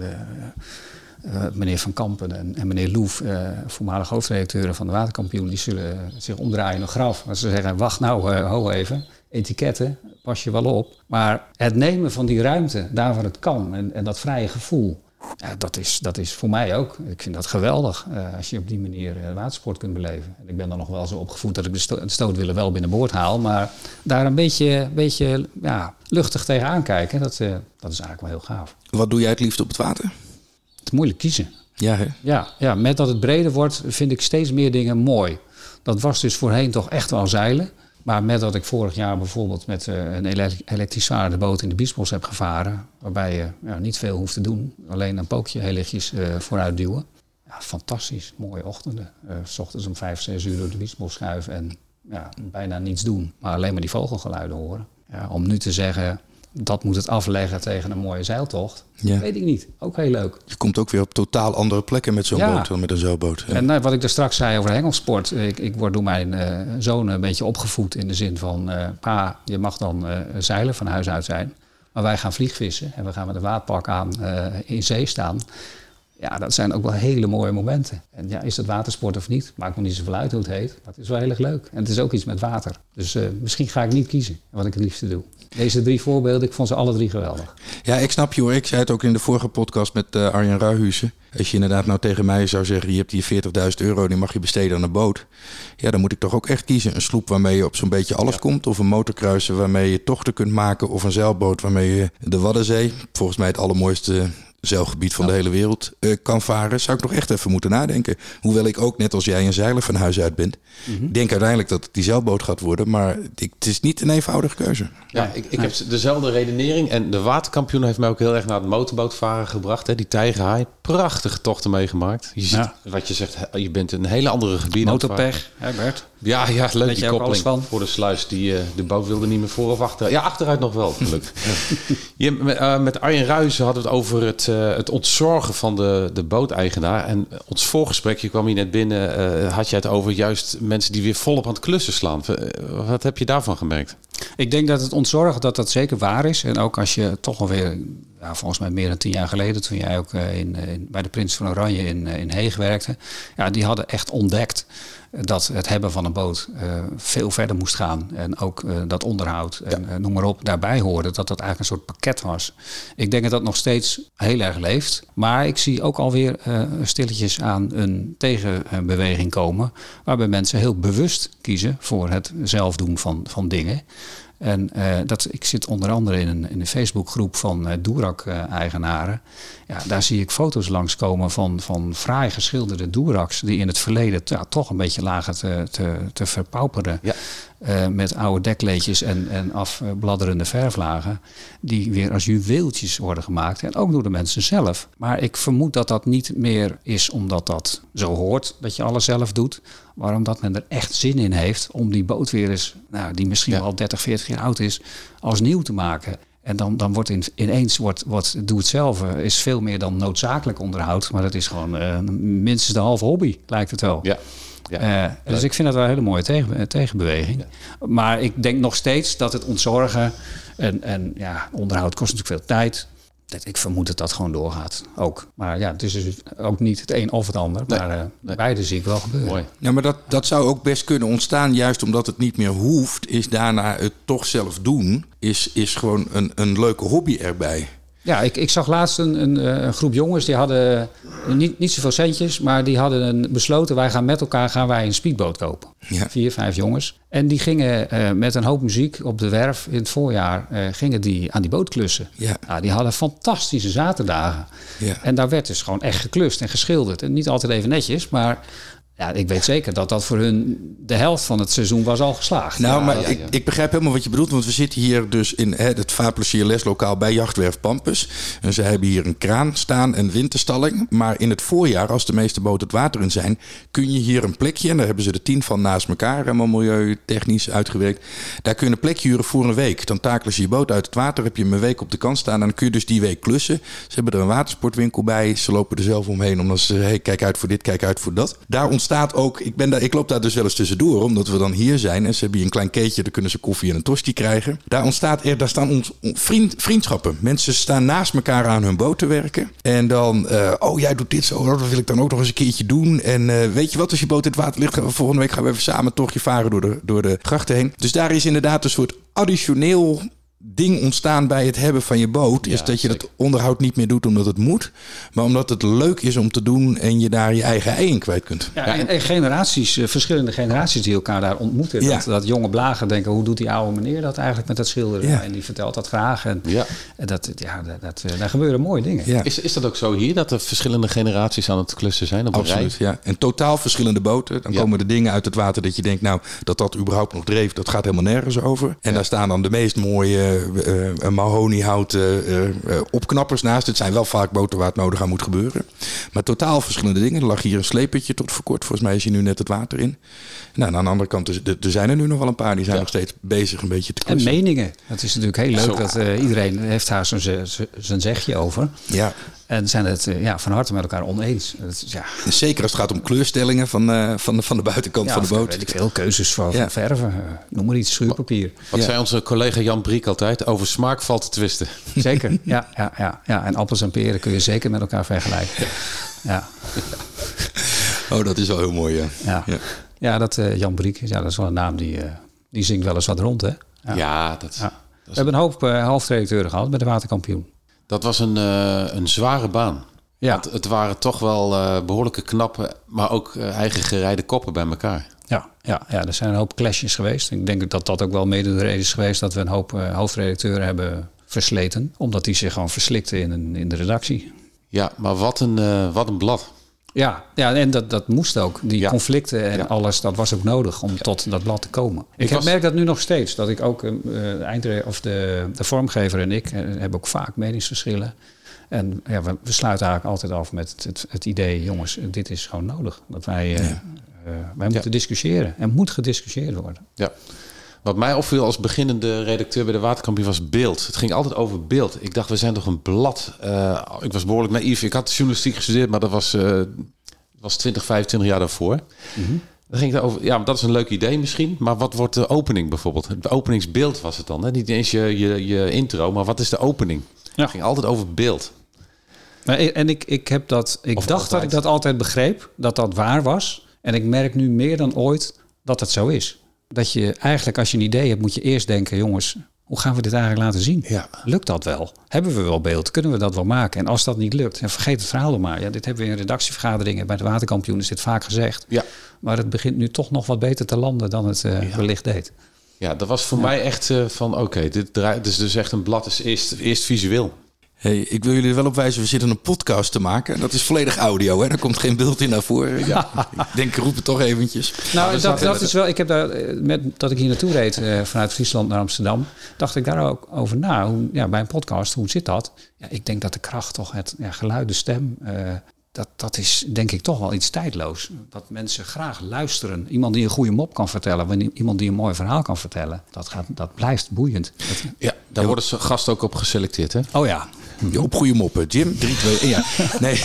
meneer Van Kampen en meneer Loef, voormalig hoofdredacteuren van de Waterkampioen, die zullen zich omdraaien in een graf. Als ze zeggen, wacht nou, ho even, etiketten, pas je wel op. Maar het nemen van die ruimte, daar waar het kan en dat vrije gevoel, ja, dat is voor mij ook. Ik vind dat geweldig als je op die manier watersport kunt beleven. En ik ben dan nog wel zo opgevoed dat ik de stootwielen wel binnenboord haal, maar daar een beetje luchtig tegenaan kijken, dat is eigenlijk wel heel gaaf. Wat doe jij het liefst op het water? Het is moeilijk kiezen. Ja, hè? Ja, met dat het breder wordt, vind ik steeds meer dingen mooi. Dat was dus voorheen toch echt wel zeilen. Maar met dat ik vorig jaar bijvoorbeeld met een elektrisch varende boot in de Biesbos heb gevaren, waarbij je niet veel hoeft te doen, alleen een pookje heel lichtjes vooruit duwen. Ja, fantastisch, mooie ochtenden. 's ochtends om 5-6 uur door de Biesbos schuiven en bijna niets doen, maar alleen maar die vogelgeluiden horen. Ja, om nu te zeggen, dat moet het afleggen tegen een mooie zeiltocht, weet ik niet. Ook heel leuk. Je komt ook weer op totaal andere plekken met zo'n boot dan met een zeilboot. Ja. En wat ik daar straks zei over hengelsport. Ik word door mijn zoon een beetje opgevoed in de zin van, pa, je mag dan zeilen van huis uit zijn. Maar wij gaan vliegvissen en we gaan met een waadpak aan in zee staan. Ja, dat zijn ook wel hele mooie momenten. En ja, is het watersport of niet? Maakt me niet zoveel uit hoe het heet. Maar het is wel heel erg leuk. En het is ook iets met water. Dus misschien ga ik niet kiezen wat ik het liefste doe. Deze 3 voorbeelden, ik vond ze alle 3 geweldig. Ja, ik snap je hoor. Ik zei het ook in de vorige podcast met Arjen Ruijhuizen. Als je inderdaad nou tegen mij zou zeggen, je hebt hier €40.000, die mag je besteden aan een boot. Ja, dan moet ik toch ook echt kiezen. Een sloep waarmee je op zo'n beetje alles komt. Of een motorkruiser waarmee je tochten kunt maken. Of een zeilboot waarmee je de Waddenzee, volgens mij het allermooiste zeilgebied van de hele wereld, kan varen. Zou ik nog echt even moeten nadenken. Hoewel ik ook, net als jij, een zeiler van huis uit ben. Ik denk uiteindelijk dat het die zeilboot gaat worden. Maar het is niet een eenvoudige keuze. Ja, ik heb dezelfde redenering. En de Waterkampioen heeft mij ook heel erg naar het motorbootvaren gebracht. Hè. Die Tijgerhaai. Prachtige tochten meegemaakt. Je ziet wat je zegt, je bent in een hele andere gebied. Motorpech, hè Bert? Ja, leuk Weet die jij ook alles koppeling van? voor de sluis. De boot wilde niet meer voor of achteruit. Ja, achteruit nog wel, gelukkig. Met Arjen Ruijsen hadden we het over het ontzorgen van de booteigenaar. En ons voorgesprekje kwam hier net binnen. Had jij het over juist mensen die weer volop aan het klussen slaan. Wat heb je daarvan gemerkt? Ik denk dat het ontzorgen dat zeker waar is. En ook als je toch alweer, volgens mij meer dan 10 jaar geleden, toen jij ook bij de Prins van Oranje in Heeg werkte. Ja, die hadden echt ontdekt dat het hebben van een boot veel verder moest gaan. En ook dat onderhoud en noem maar op, daarbij hoorde. Dat eigenlijk een soort pakket was. Ik denk dat dat nog steeds heel erg leeft. Maar ik zie ook alweer stilletjes aan een tegenbeweging komen. Waarbij mensen heel bewust kiezen voor het zelf doen van dingen. En ik zit onder andere in een Facebookgroep van Durac-eigenaren. Ja, daar zie ik foto's langskomen van fraai geschilderde Duracs die in het verleden toch een beetje lagen te verpauperen. Ja. Met oude dekleedjes en afbladderende verflagen. Die weer als juweeltjes worden gemaakt. En ook door de mensen zelf. Maar ik vermoed dat dat niet meer is omdat dat zo hoort. Dat je alles zelf doet. Maar omdat men er echt zin in heeft om die boot weer eens, die misschien wel 30, 40 jaar oud is, als nieuw te maken. En dan wordt ineens doe het zelf is veel meer dan noodzakelijk onderhoud. Maar dat is gewoon minstens de halve hobby, lijkt het wel. Ja. Ja, dus ik vind dat wel een hele mooie tegenbeweging. Ja. Maar ik denk nog steeds dat het ontzorgen en onderhoud kost natuurlijk veel tijd. Ik vermoed dat dat gewoon doorgaat ook. Maar ja, het is dus ook niet het een of het ander. Maar beide zie ik wel gebeuren. Mooi. Ja, maar dat zou ook best kunnen ontstaan. Juist omdat het niet meer hoeft, is daarna het toch zelf doen. Is gewoon een leuke hobby erbij. Ja, ik zag laatst een groep jongens, die hadden niet zoveel centjes, maar die hadden besloten, wij gaan met elkaar een speedboot kopen. Ja. 4, 5 jongens. En die gingen met een hoop muziek op de werf in het voorjaar, gingen die aan die boot klussen. Ja. Nou, die hadden fantastische zaterdagen. Ja. En daar werd dus gewoon echt geklust en geschilderd. En niet altijd even netjes, maar ja, ik weet zeker dat voor hun de helft van het seizoen was al geslaagd. Nou, maar ik begrijp helemaal wat je bedoelt. Want we zitten hier dus in het Vaarplezier leslokaal bij Jachtwerf Pampus. En ze hebben hier een kraan staan en winterstalling. Maar in het voorjaar, als de meeste boten het water in zijn, kun je hier een plekje, en daar hebben ze de 10 van naast elkaar, helemaal milieutechnisch uitgewerkt. Daar kun je een plekje huren voor een week. Dan takelen ze je boot uit het water, heb je hem een week op de kant staan en dan kun je dus die week klussen. Ze hebben er een watersportwinkel bij. Ze lopen er zelf omheen omdat ze kijk uit voor dit, kijk uit voor dat. Daar ontstaat ook, ik loop daar dus wel eens tussendoor, omdat we dan hier zijn en ze hebben hier een klein keetje, daar kunnen ze koffie en een tosti krijgen. Daar staan ons vriendschappen. Mensen staan naast elkaar aan hun boot te werken en dan, jij doet dit zo, dat wil ik dan ook nog eens een keertje doen. En weet je wat, als je boot in het water ligt, volgende week gaan we even samen een tochtje varen door de grachten heen. Dus daar is inderdaad een soort additioneel ding ontstaan bij het hebben van je boot. Is dat je dat onderhoud niet meer doet omdat het moet, maar omdat het leuk is om te doen en je daar je eigen ei in kwijt kunt. Ja, en generaties, verschillende generaties die elkaar daar ontmoeten. Ja. Dat jonge blagen denken, hoe doet die oude meneer dat eigenlijk met dat schilderen? Ja. En die vertelt dat graag. En daar gebeuren mooie dingen. Ja. Is dat ook zo hier, dat er verschillende generaties aan het klussen zijn op Absoluut, een rij? Ja. En totaal verschillende boten. Dan komen er dingen uit het water dat je denkt, nou, dat überhaupt nog dreef, dat gaat helemaal nergens over. En daar staan dan de meest mooie mahoniehouten opknappers naast. Het zijn wel vaak boten waar het nodig aan moet gebeuren. Maar totaal verschillende dingen. Er lag hier een slepertje tot voor kort. Volgens mij is hier nu net het water in. Nou, aan de andere kant, er zijn er nu nog wel een paar. Die zijn nog steeds bezig een beetje te klussen. En meningen. Het is natuurlijk heel leuk dat iedereen heeft daar zijn zegje over. Ja. En zijn het van harte met elkaar oneens. Zeker als het gaat om kleurstellingen van de buitenkant van de boot. Weet ik veel, keuzes van verven. Noem maar iets, schuurpapier. Wat zei onze collega Jan Briek altijd? Over smaak valt te twisten. Zeker, ja. En appels en peren kun je zeker met elkaar vergelijken. Ja. Oh, dat is wel heel mooi, Ja, dat Jan Briek, dat is wel een naam die zingt wel eens wat rond, hè? We hebben een hoop hoofdredacteuren gehad bij de Waterkampioen. Dat was een zware baan. Ja. Want het waren toch wel behoorlijke knappe, maar ook eigen gerijde koppen bij elkaar. Ja, er zijn een hoop clashes geweest. Ik denk dat dat ook wel mede de reden is geweest dat we een hoop hoofdredacteuren hebben versleten. Omdat die zich gewoon verslikten in de redactie. Ja, maar wat een blad. Ja, en dat moest ook. Die conflicten en alles, dat was ook nodig om tot dat blad te komen. Ik merk dat nu nog steeds. Dat ik ook de vormgever en ik hebben ook vaak meningsverschillen. En we sluiten eigenlijk altijd af met het idee, jongens, dit is gewoon nodig. Dat wij wij moeten discussiëren. Er moet gediscussieerd worden. Ja. Wat mij opviel als beginnende redacteur bij de Waterkampioen was beeld. Het ging altijd over beeld. Ik dacht, we zijn toch een blad. Ik was behoorlijk naïef. Ik had journalistiek gestudeerd, maar dat was 20, 25 jaar daarvoor. Mm-hmm. Dan ging het over, ja, dat is een leuk idee misschien. Maar wat wordt de opening bijvoorbeeld? Het openingsbeeld was het dan. Hè? Niet eens je intro, maar wat is de opening? Ja. Het ging altijd over beeld. En ik dacht dat ik dat altijd begreep, dat waar was. En ik merk nu meer dan ooit dat het zo is. Dat je eigenlijk, als je een idee hebt, moet je eerst denken, jongens, hoe gaan we dit eigenlijk laten zien? Ja. Lukt dat wel? Hebben we wel beeld? Kunnen we dat wel maken? En als dat niet lukt, en vergeet het verhaal dan maar. Ja, dit hebben we in redactievergaderingen bij de Waterkampioen, is dit vaak gezegd. Ja. Maar het begint nu toch nog wat beter te landen dan het wellicht deed. Ja, dat was voor mij echt van oké, dit is dus echt een blad, is eerst visueel. Hey, ik wil jullie er wel op wijzen, we zitten een podcast te maken. Dat is volledig audio, hè? Daar komt geen beeld in naar voren. Ja. Ik denk, roep het toch eventjes. Nou, dat is wel. Ik heb daar, dat ik hier naartoe reed vanuit Friesland naar Amsterdam, dacht ik daar ook over na. Bij een podcast, hoe zit dat? Ja, ik denk dat de kracht toch, het geluid, de stem, dat is denk ik toch wel iets tijdloos. Dat mensen graag luisteren. Iemand die een goede mop kan vertellen, iemand die een mooi verhaal kan vertellen, dat blijft boeiend. Ja, daar worden ze gasten ook op geselecteerd, hè? Oh ja. Ja, op goede moppen. Jim, 3, 2, 1. Ja. Nee.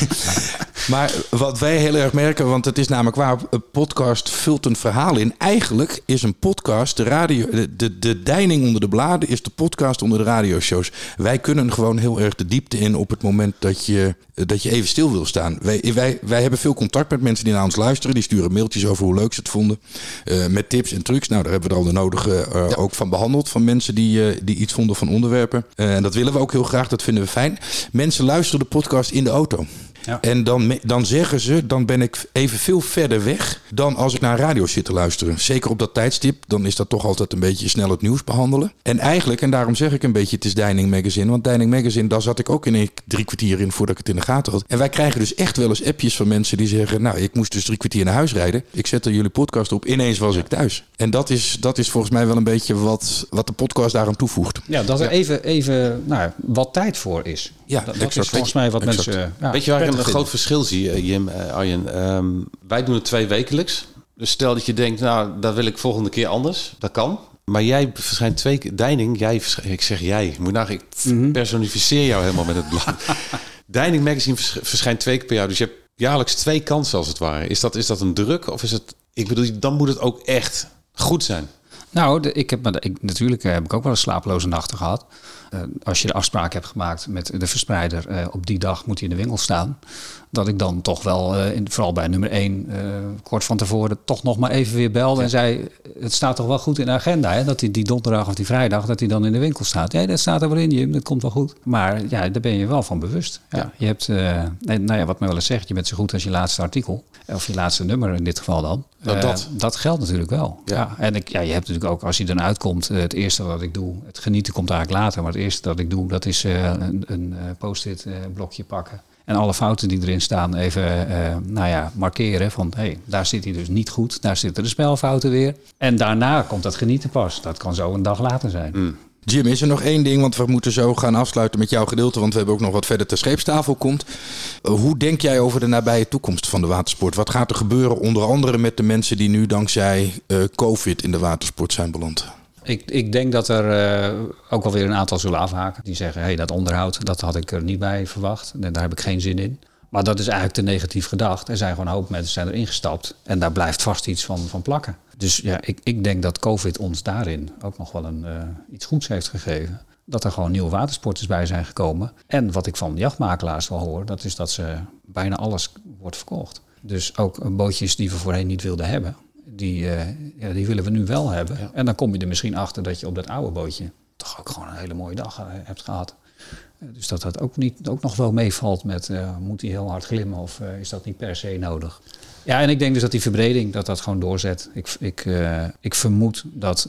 Maar wat wij heel erg merken, want het is namelijk waar, een podcast vult een verhaal in. Eigenlijk is een podcast, de radio, de deining onder de bladen is de podcast onder de radioshows. Wij kunnen gewoon heel erg de diepte in op het moment dat je even stil wil staan. Wij hebben veel contact met mensen die naar ons luisteren. Die sturen mailtjes over hoe leuk ze het vonden. Met tips en trucs. Nou, daar hebben we er al de nodige ook van behandeld. Van mensen die iets vonden van onderwerpen. En dat willen we ook heel graag. Dat vinden we fijn. Mensen luisteren de podcast in de auto. Ja. En dan zeggen ze, dan ben ik even veel verder weg dan als ik naar een radio zit te luisteren. Zeker op dat tijdstip, dan is dat toch altijd een beetje snel het nieuws behandelen. En eigenlijk, en daarom zeg ik een beetje, het is Deining Magazine. Want Deining Magazine, daar zat ik ook in 3 kwartier in voordat ik het in de gaten had. En wij krijgen dus echt wel eens appjes van mensen die zeggen, nou, ik moest dus 3 kwartier naar huis rijden. Ik zette jullie podcast op, ineens was ik thuis. En dat is volgens mij wel een beetje wat de podcast daaraan toevoegt. Ja, dat er even wat tijd voor is. Ja, dat is volgens mij wat mensen... Weet je waar ik een groot verschil zie, Jim, Arjen? Wij doen het 2 wekelijks. Dus stel dat je denkt, nou, dat wil ik volgende keer anders. Dat kan. Maar jij verschijnt 2 keer... Deining, ik zeg jij. Ik personificeer jou helemaal met het blad. Deining Magazine verschijnt 2 keer per jaar. Dus je hebt jaarlijks 2 kansen als het ware. Is dat een druk? Of is het... Ik bedoel, dan moet het ook echt goed zijn. Nou, natuurlijk heb ik ook wel een slapeloze nachten gehad. Als je de afspraak hebt gemaakt met de verspreider, op die dag moet hij in de winkel staan. Dat ik dan toch wel, vooral bij nummer 1, kort van tevoren, toch nog maar even weer belde en zei, het staat toch wel goed in de agenda, hè? Dat die donderdag of die vrijdag, dat hij dan in de winkel staat. Ja, dat staat er wel in, Jim, dat komt wel goed. Maar ja, daar ben je wel van bewust. Ja. Je hebt, wat men wel eens zegt, je bent zo goed als je laatste artikel. Of je laatste nummer in dit geval dan. Dat geldt natuurlijk wel. Ja. En je hebt natuurlijk ook, als je dan uitkomt, het eerste wat ik doe, het genieten komt eigenlijk later, maar het eerste dat ik doe, dat is een post-it blokje pakken. En alle fouten die erin staan even markeren. Van daar zit hij dus niet goed. Daar zitten de spelfouten weer. En daarna komt dat genieten pas. Dat kan zo een dag later zijn. Jim, is er nog 1 ding, want we moeten zo gaan afsluiten met jouw gedeelte, want we hebben ook nog wat verder ter scheepstafel komt. Hoe denk jij over de nabije toekomst van de watersport? Wat gaat er gebeuren onder andere met de mensen die nu dankzij COVID in de watersport zijn beland? Ik denk dat er ook alweer een aantal zullen afhaken. Die zeggen, dat onderhoud, dat had ik er niet bij verwacht. Daar heb ik geen zin in. Maar dat is eigenlijk te negatief gedacht. Er zijn gewoon een hoop mensen erin gestapt. En daar blijft vast iets van plakken. Dus ja, ik denk dat COVID ons daarin ook nog wel iets goeds heeft gegeven. Dat er gewoon nieuwe watersporters bij zijn gekomen. En wat ik van jachtmakelaars wel hoor, dat is dat ze bijna alles wordt verkocht. Dus ook bootjes die we voorheen niet wilden hebben. Die willen we nu wel hebben. Ja. En dan kom je er misschien achter dat je op dat oude bootje toch ook gewoon een hele mooie dag hebt gehad. Dus dat ook nog wel meevalt met moet hij heel hard glimmen of is dat niet per se nodig. Ja, en ik denk dus dat die verbreding dat gewoon doorzet. Ik vermoed dat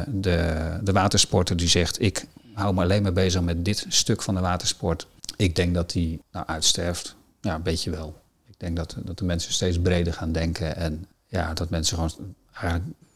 de watersporter die zegt, ik hou me alleen maar bezig met dit stuk van de watersport. Ik denk dat die uitsterft. Ja, een beetje wel. Ik denk dat de mensen steeds breder gaan denken en ja, dat mensen gewoon eigenlijk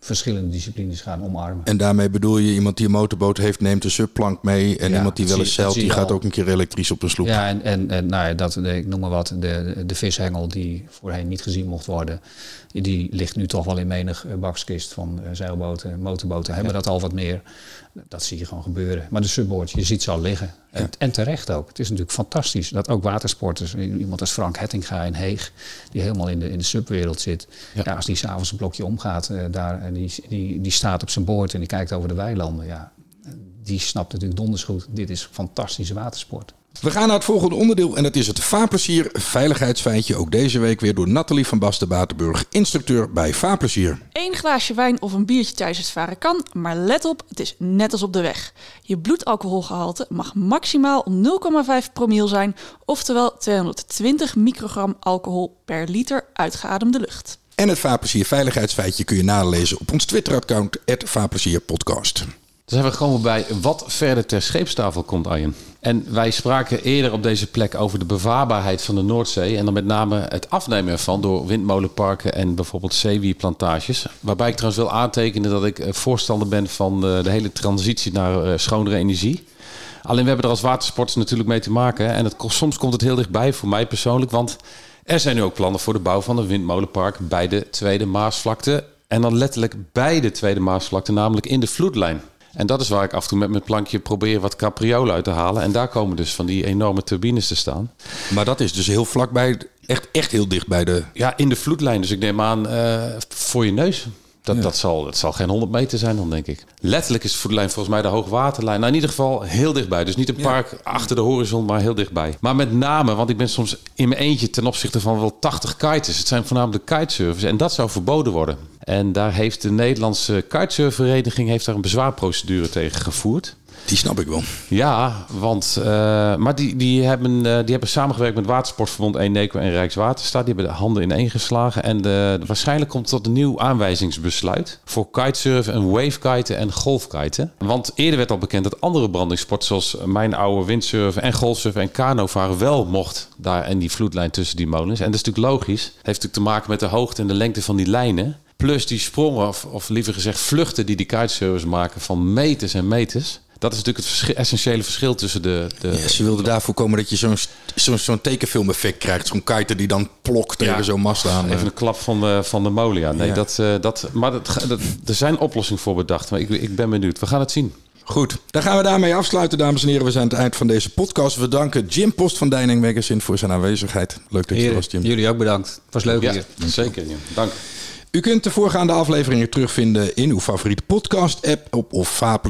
verschillende disciplines gaan omarmen. En daarmee bedoel je iemand die een motorboot heeft, neemt een subplank mee. En iemand die wel eens zeilt, die gaat ook een keer elektrisch op een sloep. Ja, en nou ja, ik noem maar wat, de vishengel die voorheen niet gezien mocht worden. Die ligt nu toch wel in menig bakskist van zeilboten, motorboten. Hebben dat al wat meer. Dat zie je gewoon gebeuren. Maar de subboard, je ziet ze al liggen. Ja. En terecht ook. Het is natuurlijk fantastisch dat ook watersporters, iemand als Frank Hettinga in Heeg, die helemaal in de subwereld zit. Ja. Ja, als die s'avonds een blokje omgaat daar en die staat op zijn boord en die kijkt over de weilanden. Ja, die snapt natuurlijk donders goed. Dit is fantastische watersport. We gaan naar het volgende onderdeel en dat is het Vaarplezier veiligheidsfeitje. Ook deze week weer door Nathalie van Basten-Batenburg, instructeur bij Vaarplezier. 1 glaasje wijn of een biertje tijdens het varen kan, maar let op, het is net als op de weg. Je bloedalcoholgehalte mag maximaal 0,5 promil zijn, oftewel 220 microgram alcohol per liter uitgeademde lucht. En het Vaarplezier veiligheidsfeitje kun je nalezen op ons Twitter-account @vaarplezierpodcast. Dan zijn we gekomen bij wat verder ter scheepstafel komt, Arjen. En wij spraken eerder op deze plek over de bevaarbaarheid van de Noordzee. En dan met name het afnemen ervan door windmolenparken en bijvoorbeeld zeewierplantages. Waarbij ik trouwens wil aantekenen dat ik voorstander ben van de hele transitie naar schonere energie. Alleen we hebben er als watersporters natuurlijk mee te maken. En soms komt het heel dichtbij voor mij persoonlijk. Want er zijn nu ook plannen voor de bouw van een windmolenpark bij de Tweede Maasvlakte. En dan letterlijk bij de Tweede Maasvlakte, namelijk in de vloedlijn. En dat is waar ik af en toe met mijn plankje probeer wat capriolen uit te halen. En daar komen dus van die enorme turbines te staan. Maar dat is dus heel vlakbij, echt heel dicht bij de... Ja, in de vloedlijn. Dus ik neem aan voor je neus. Dat zal geen 100 meter zijn dan, denk ik. Letterlijk is de vloedlijn volgens mij de hoogwaterlijn. Nou, in ieder geval heel dichtbij. Dus niet een park achter de horizon, maar heel dichtbij. Maar met name, want ik ben soms in mijn eentje ten opzichte van wel 80 kiters. Het zijn voornamelijk kitesurfers. En dat zou verboden worden. En daar heeft de Nederlandse kitesurfvereniging daar een bezwaarprocedure tegen gevoerd. Die snap ik wel. Ja, want maar die hebben samengewerkt met Watersportverbond Eneco en Rijkswaterstaat. Die hebben de handen ineen geslagen. En waarschijnlijk komt tot een nieuw aanwijzingsbesluit voor kitesurfen en wavekiten en golfkiten. Want eerder werd al bekend dat andere brandingssporten zoals mijn oude windsurfen en golfsurfen en kanovaren wel mocht daar in die vloedlijn tussen die molens. En dat is natuurlijk logisch. Het heeft natuurlijk te maken met de hoogte en de lengte van die lijnen. Plus die sprongen, of liever gezegd vluchten die kitesurfers maken van meters en meters. Dat is natuurlijk het essentiële verschil tussen de... Ja, ze wilden daar voorkomen dat je zo'n tekenfilmeffect krijgt. Zo'n kiter die dan plokt tegen zo'n mast aan. Even een klap van de molen, ja. Nee, maar er zijn oplossingen voor bedacht. Maar ik ben benieuwd. We gaan het zien. Goed, dan gaan we daarmee afsluiten, dames en heren. We zijn aan het eind van deze podcast. We danken Jim Post van Deining Magazine voor zijn aanwezigheid. Leuk dat je er was, Jim. Jullie ook bedankt. Het was leuk hier. Zeker, Jim. Dank. U kunt de voorgaande afleveringen terugvinden in uw favoriete podcast-app of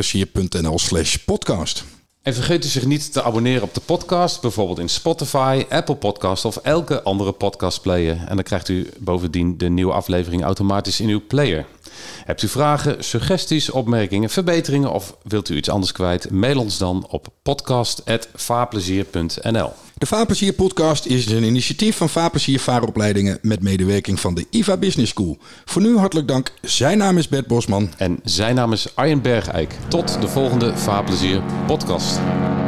vaarplezier.nl/podcast. En vergeet u zich niet te abonneren op de podcast, bijvoorbeeld in Spotify, Apple Podcast of elke andere podcastplayer. En dan krijgt u bovendien de nieuwe aflevering automatisch in uw player. Hebt u vragen, suggesties, opmerkingen, verbeteringen of wilt u iets anders kwijt? Mail ons dan op podcast@vaarplezier.nl. De Vaarplezier podcast is een initiatief van Vaarplezier Vaaropleidingen met medewerking van de IVA Business School. Voor nu hartelijk dank. Zijn naam is Bert Bosman. En zijn naam is Arjen Bergijk. Tot de volgende Vaarplezier podcast.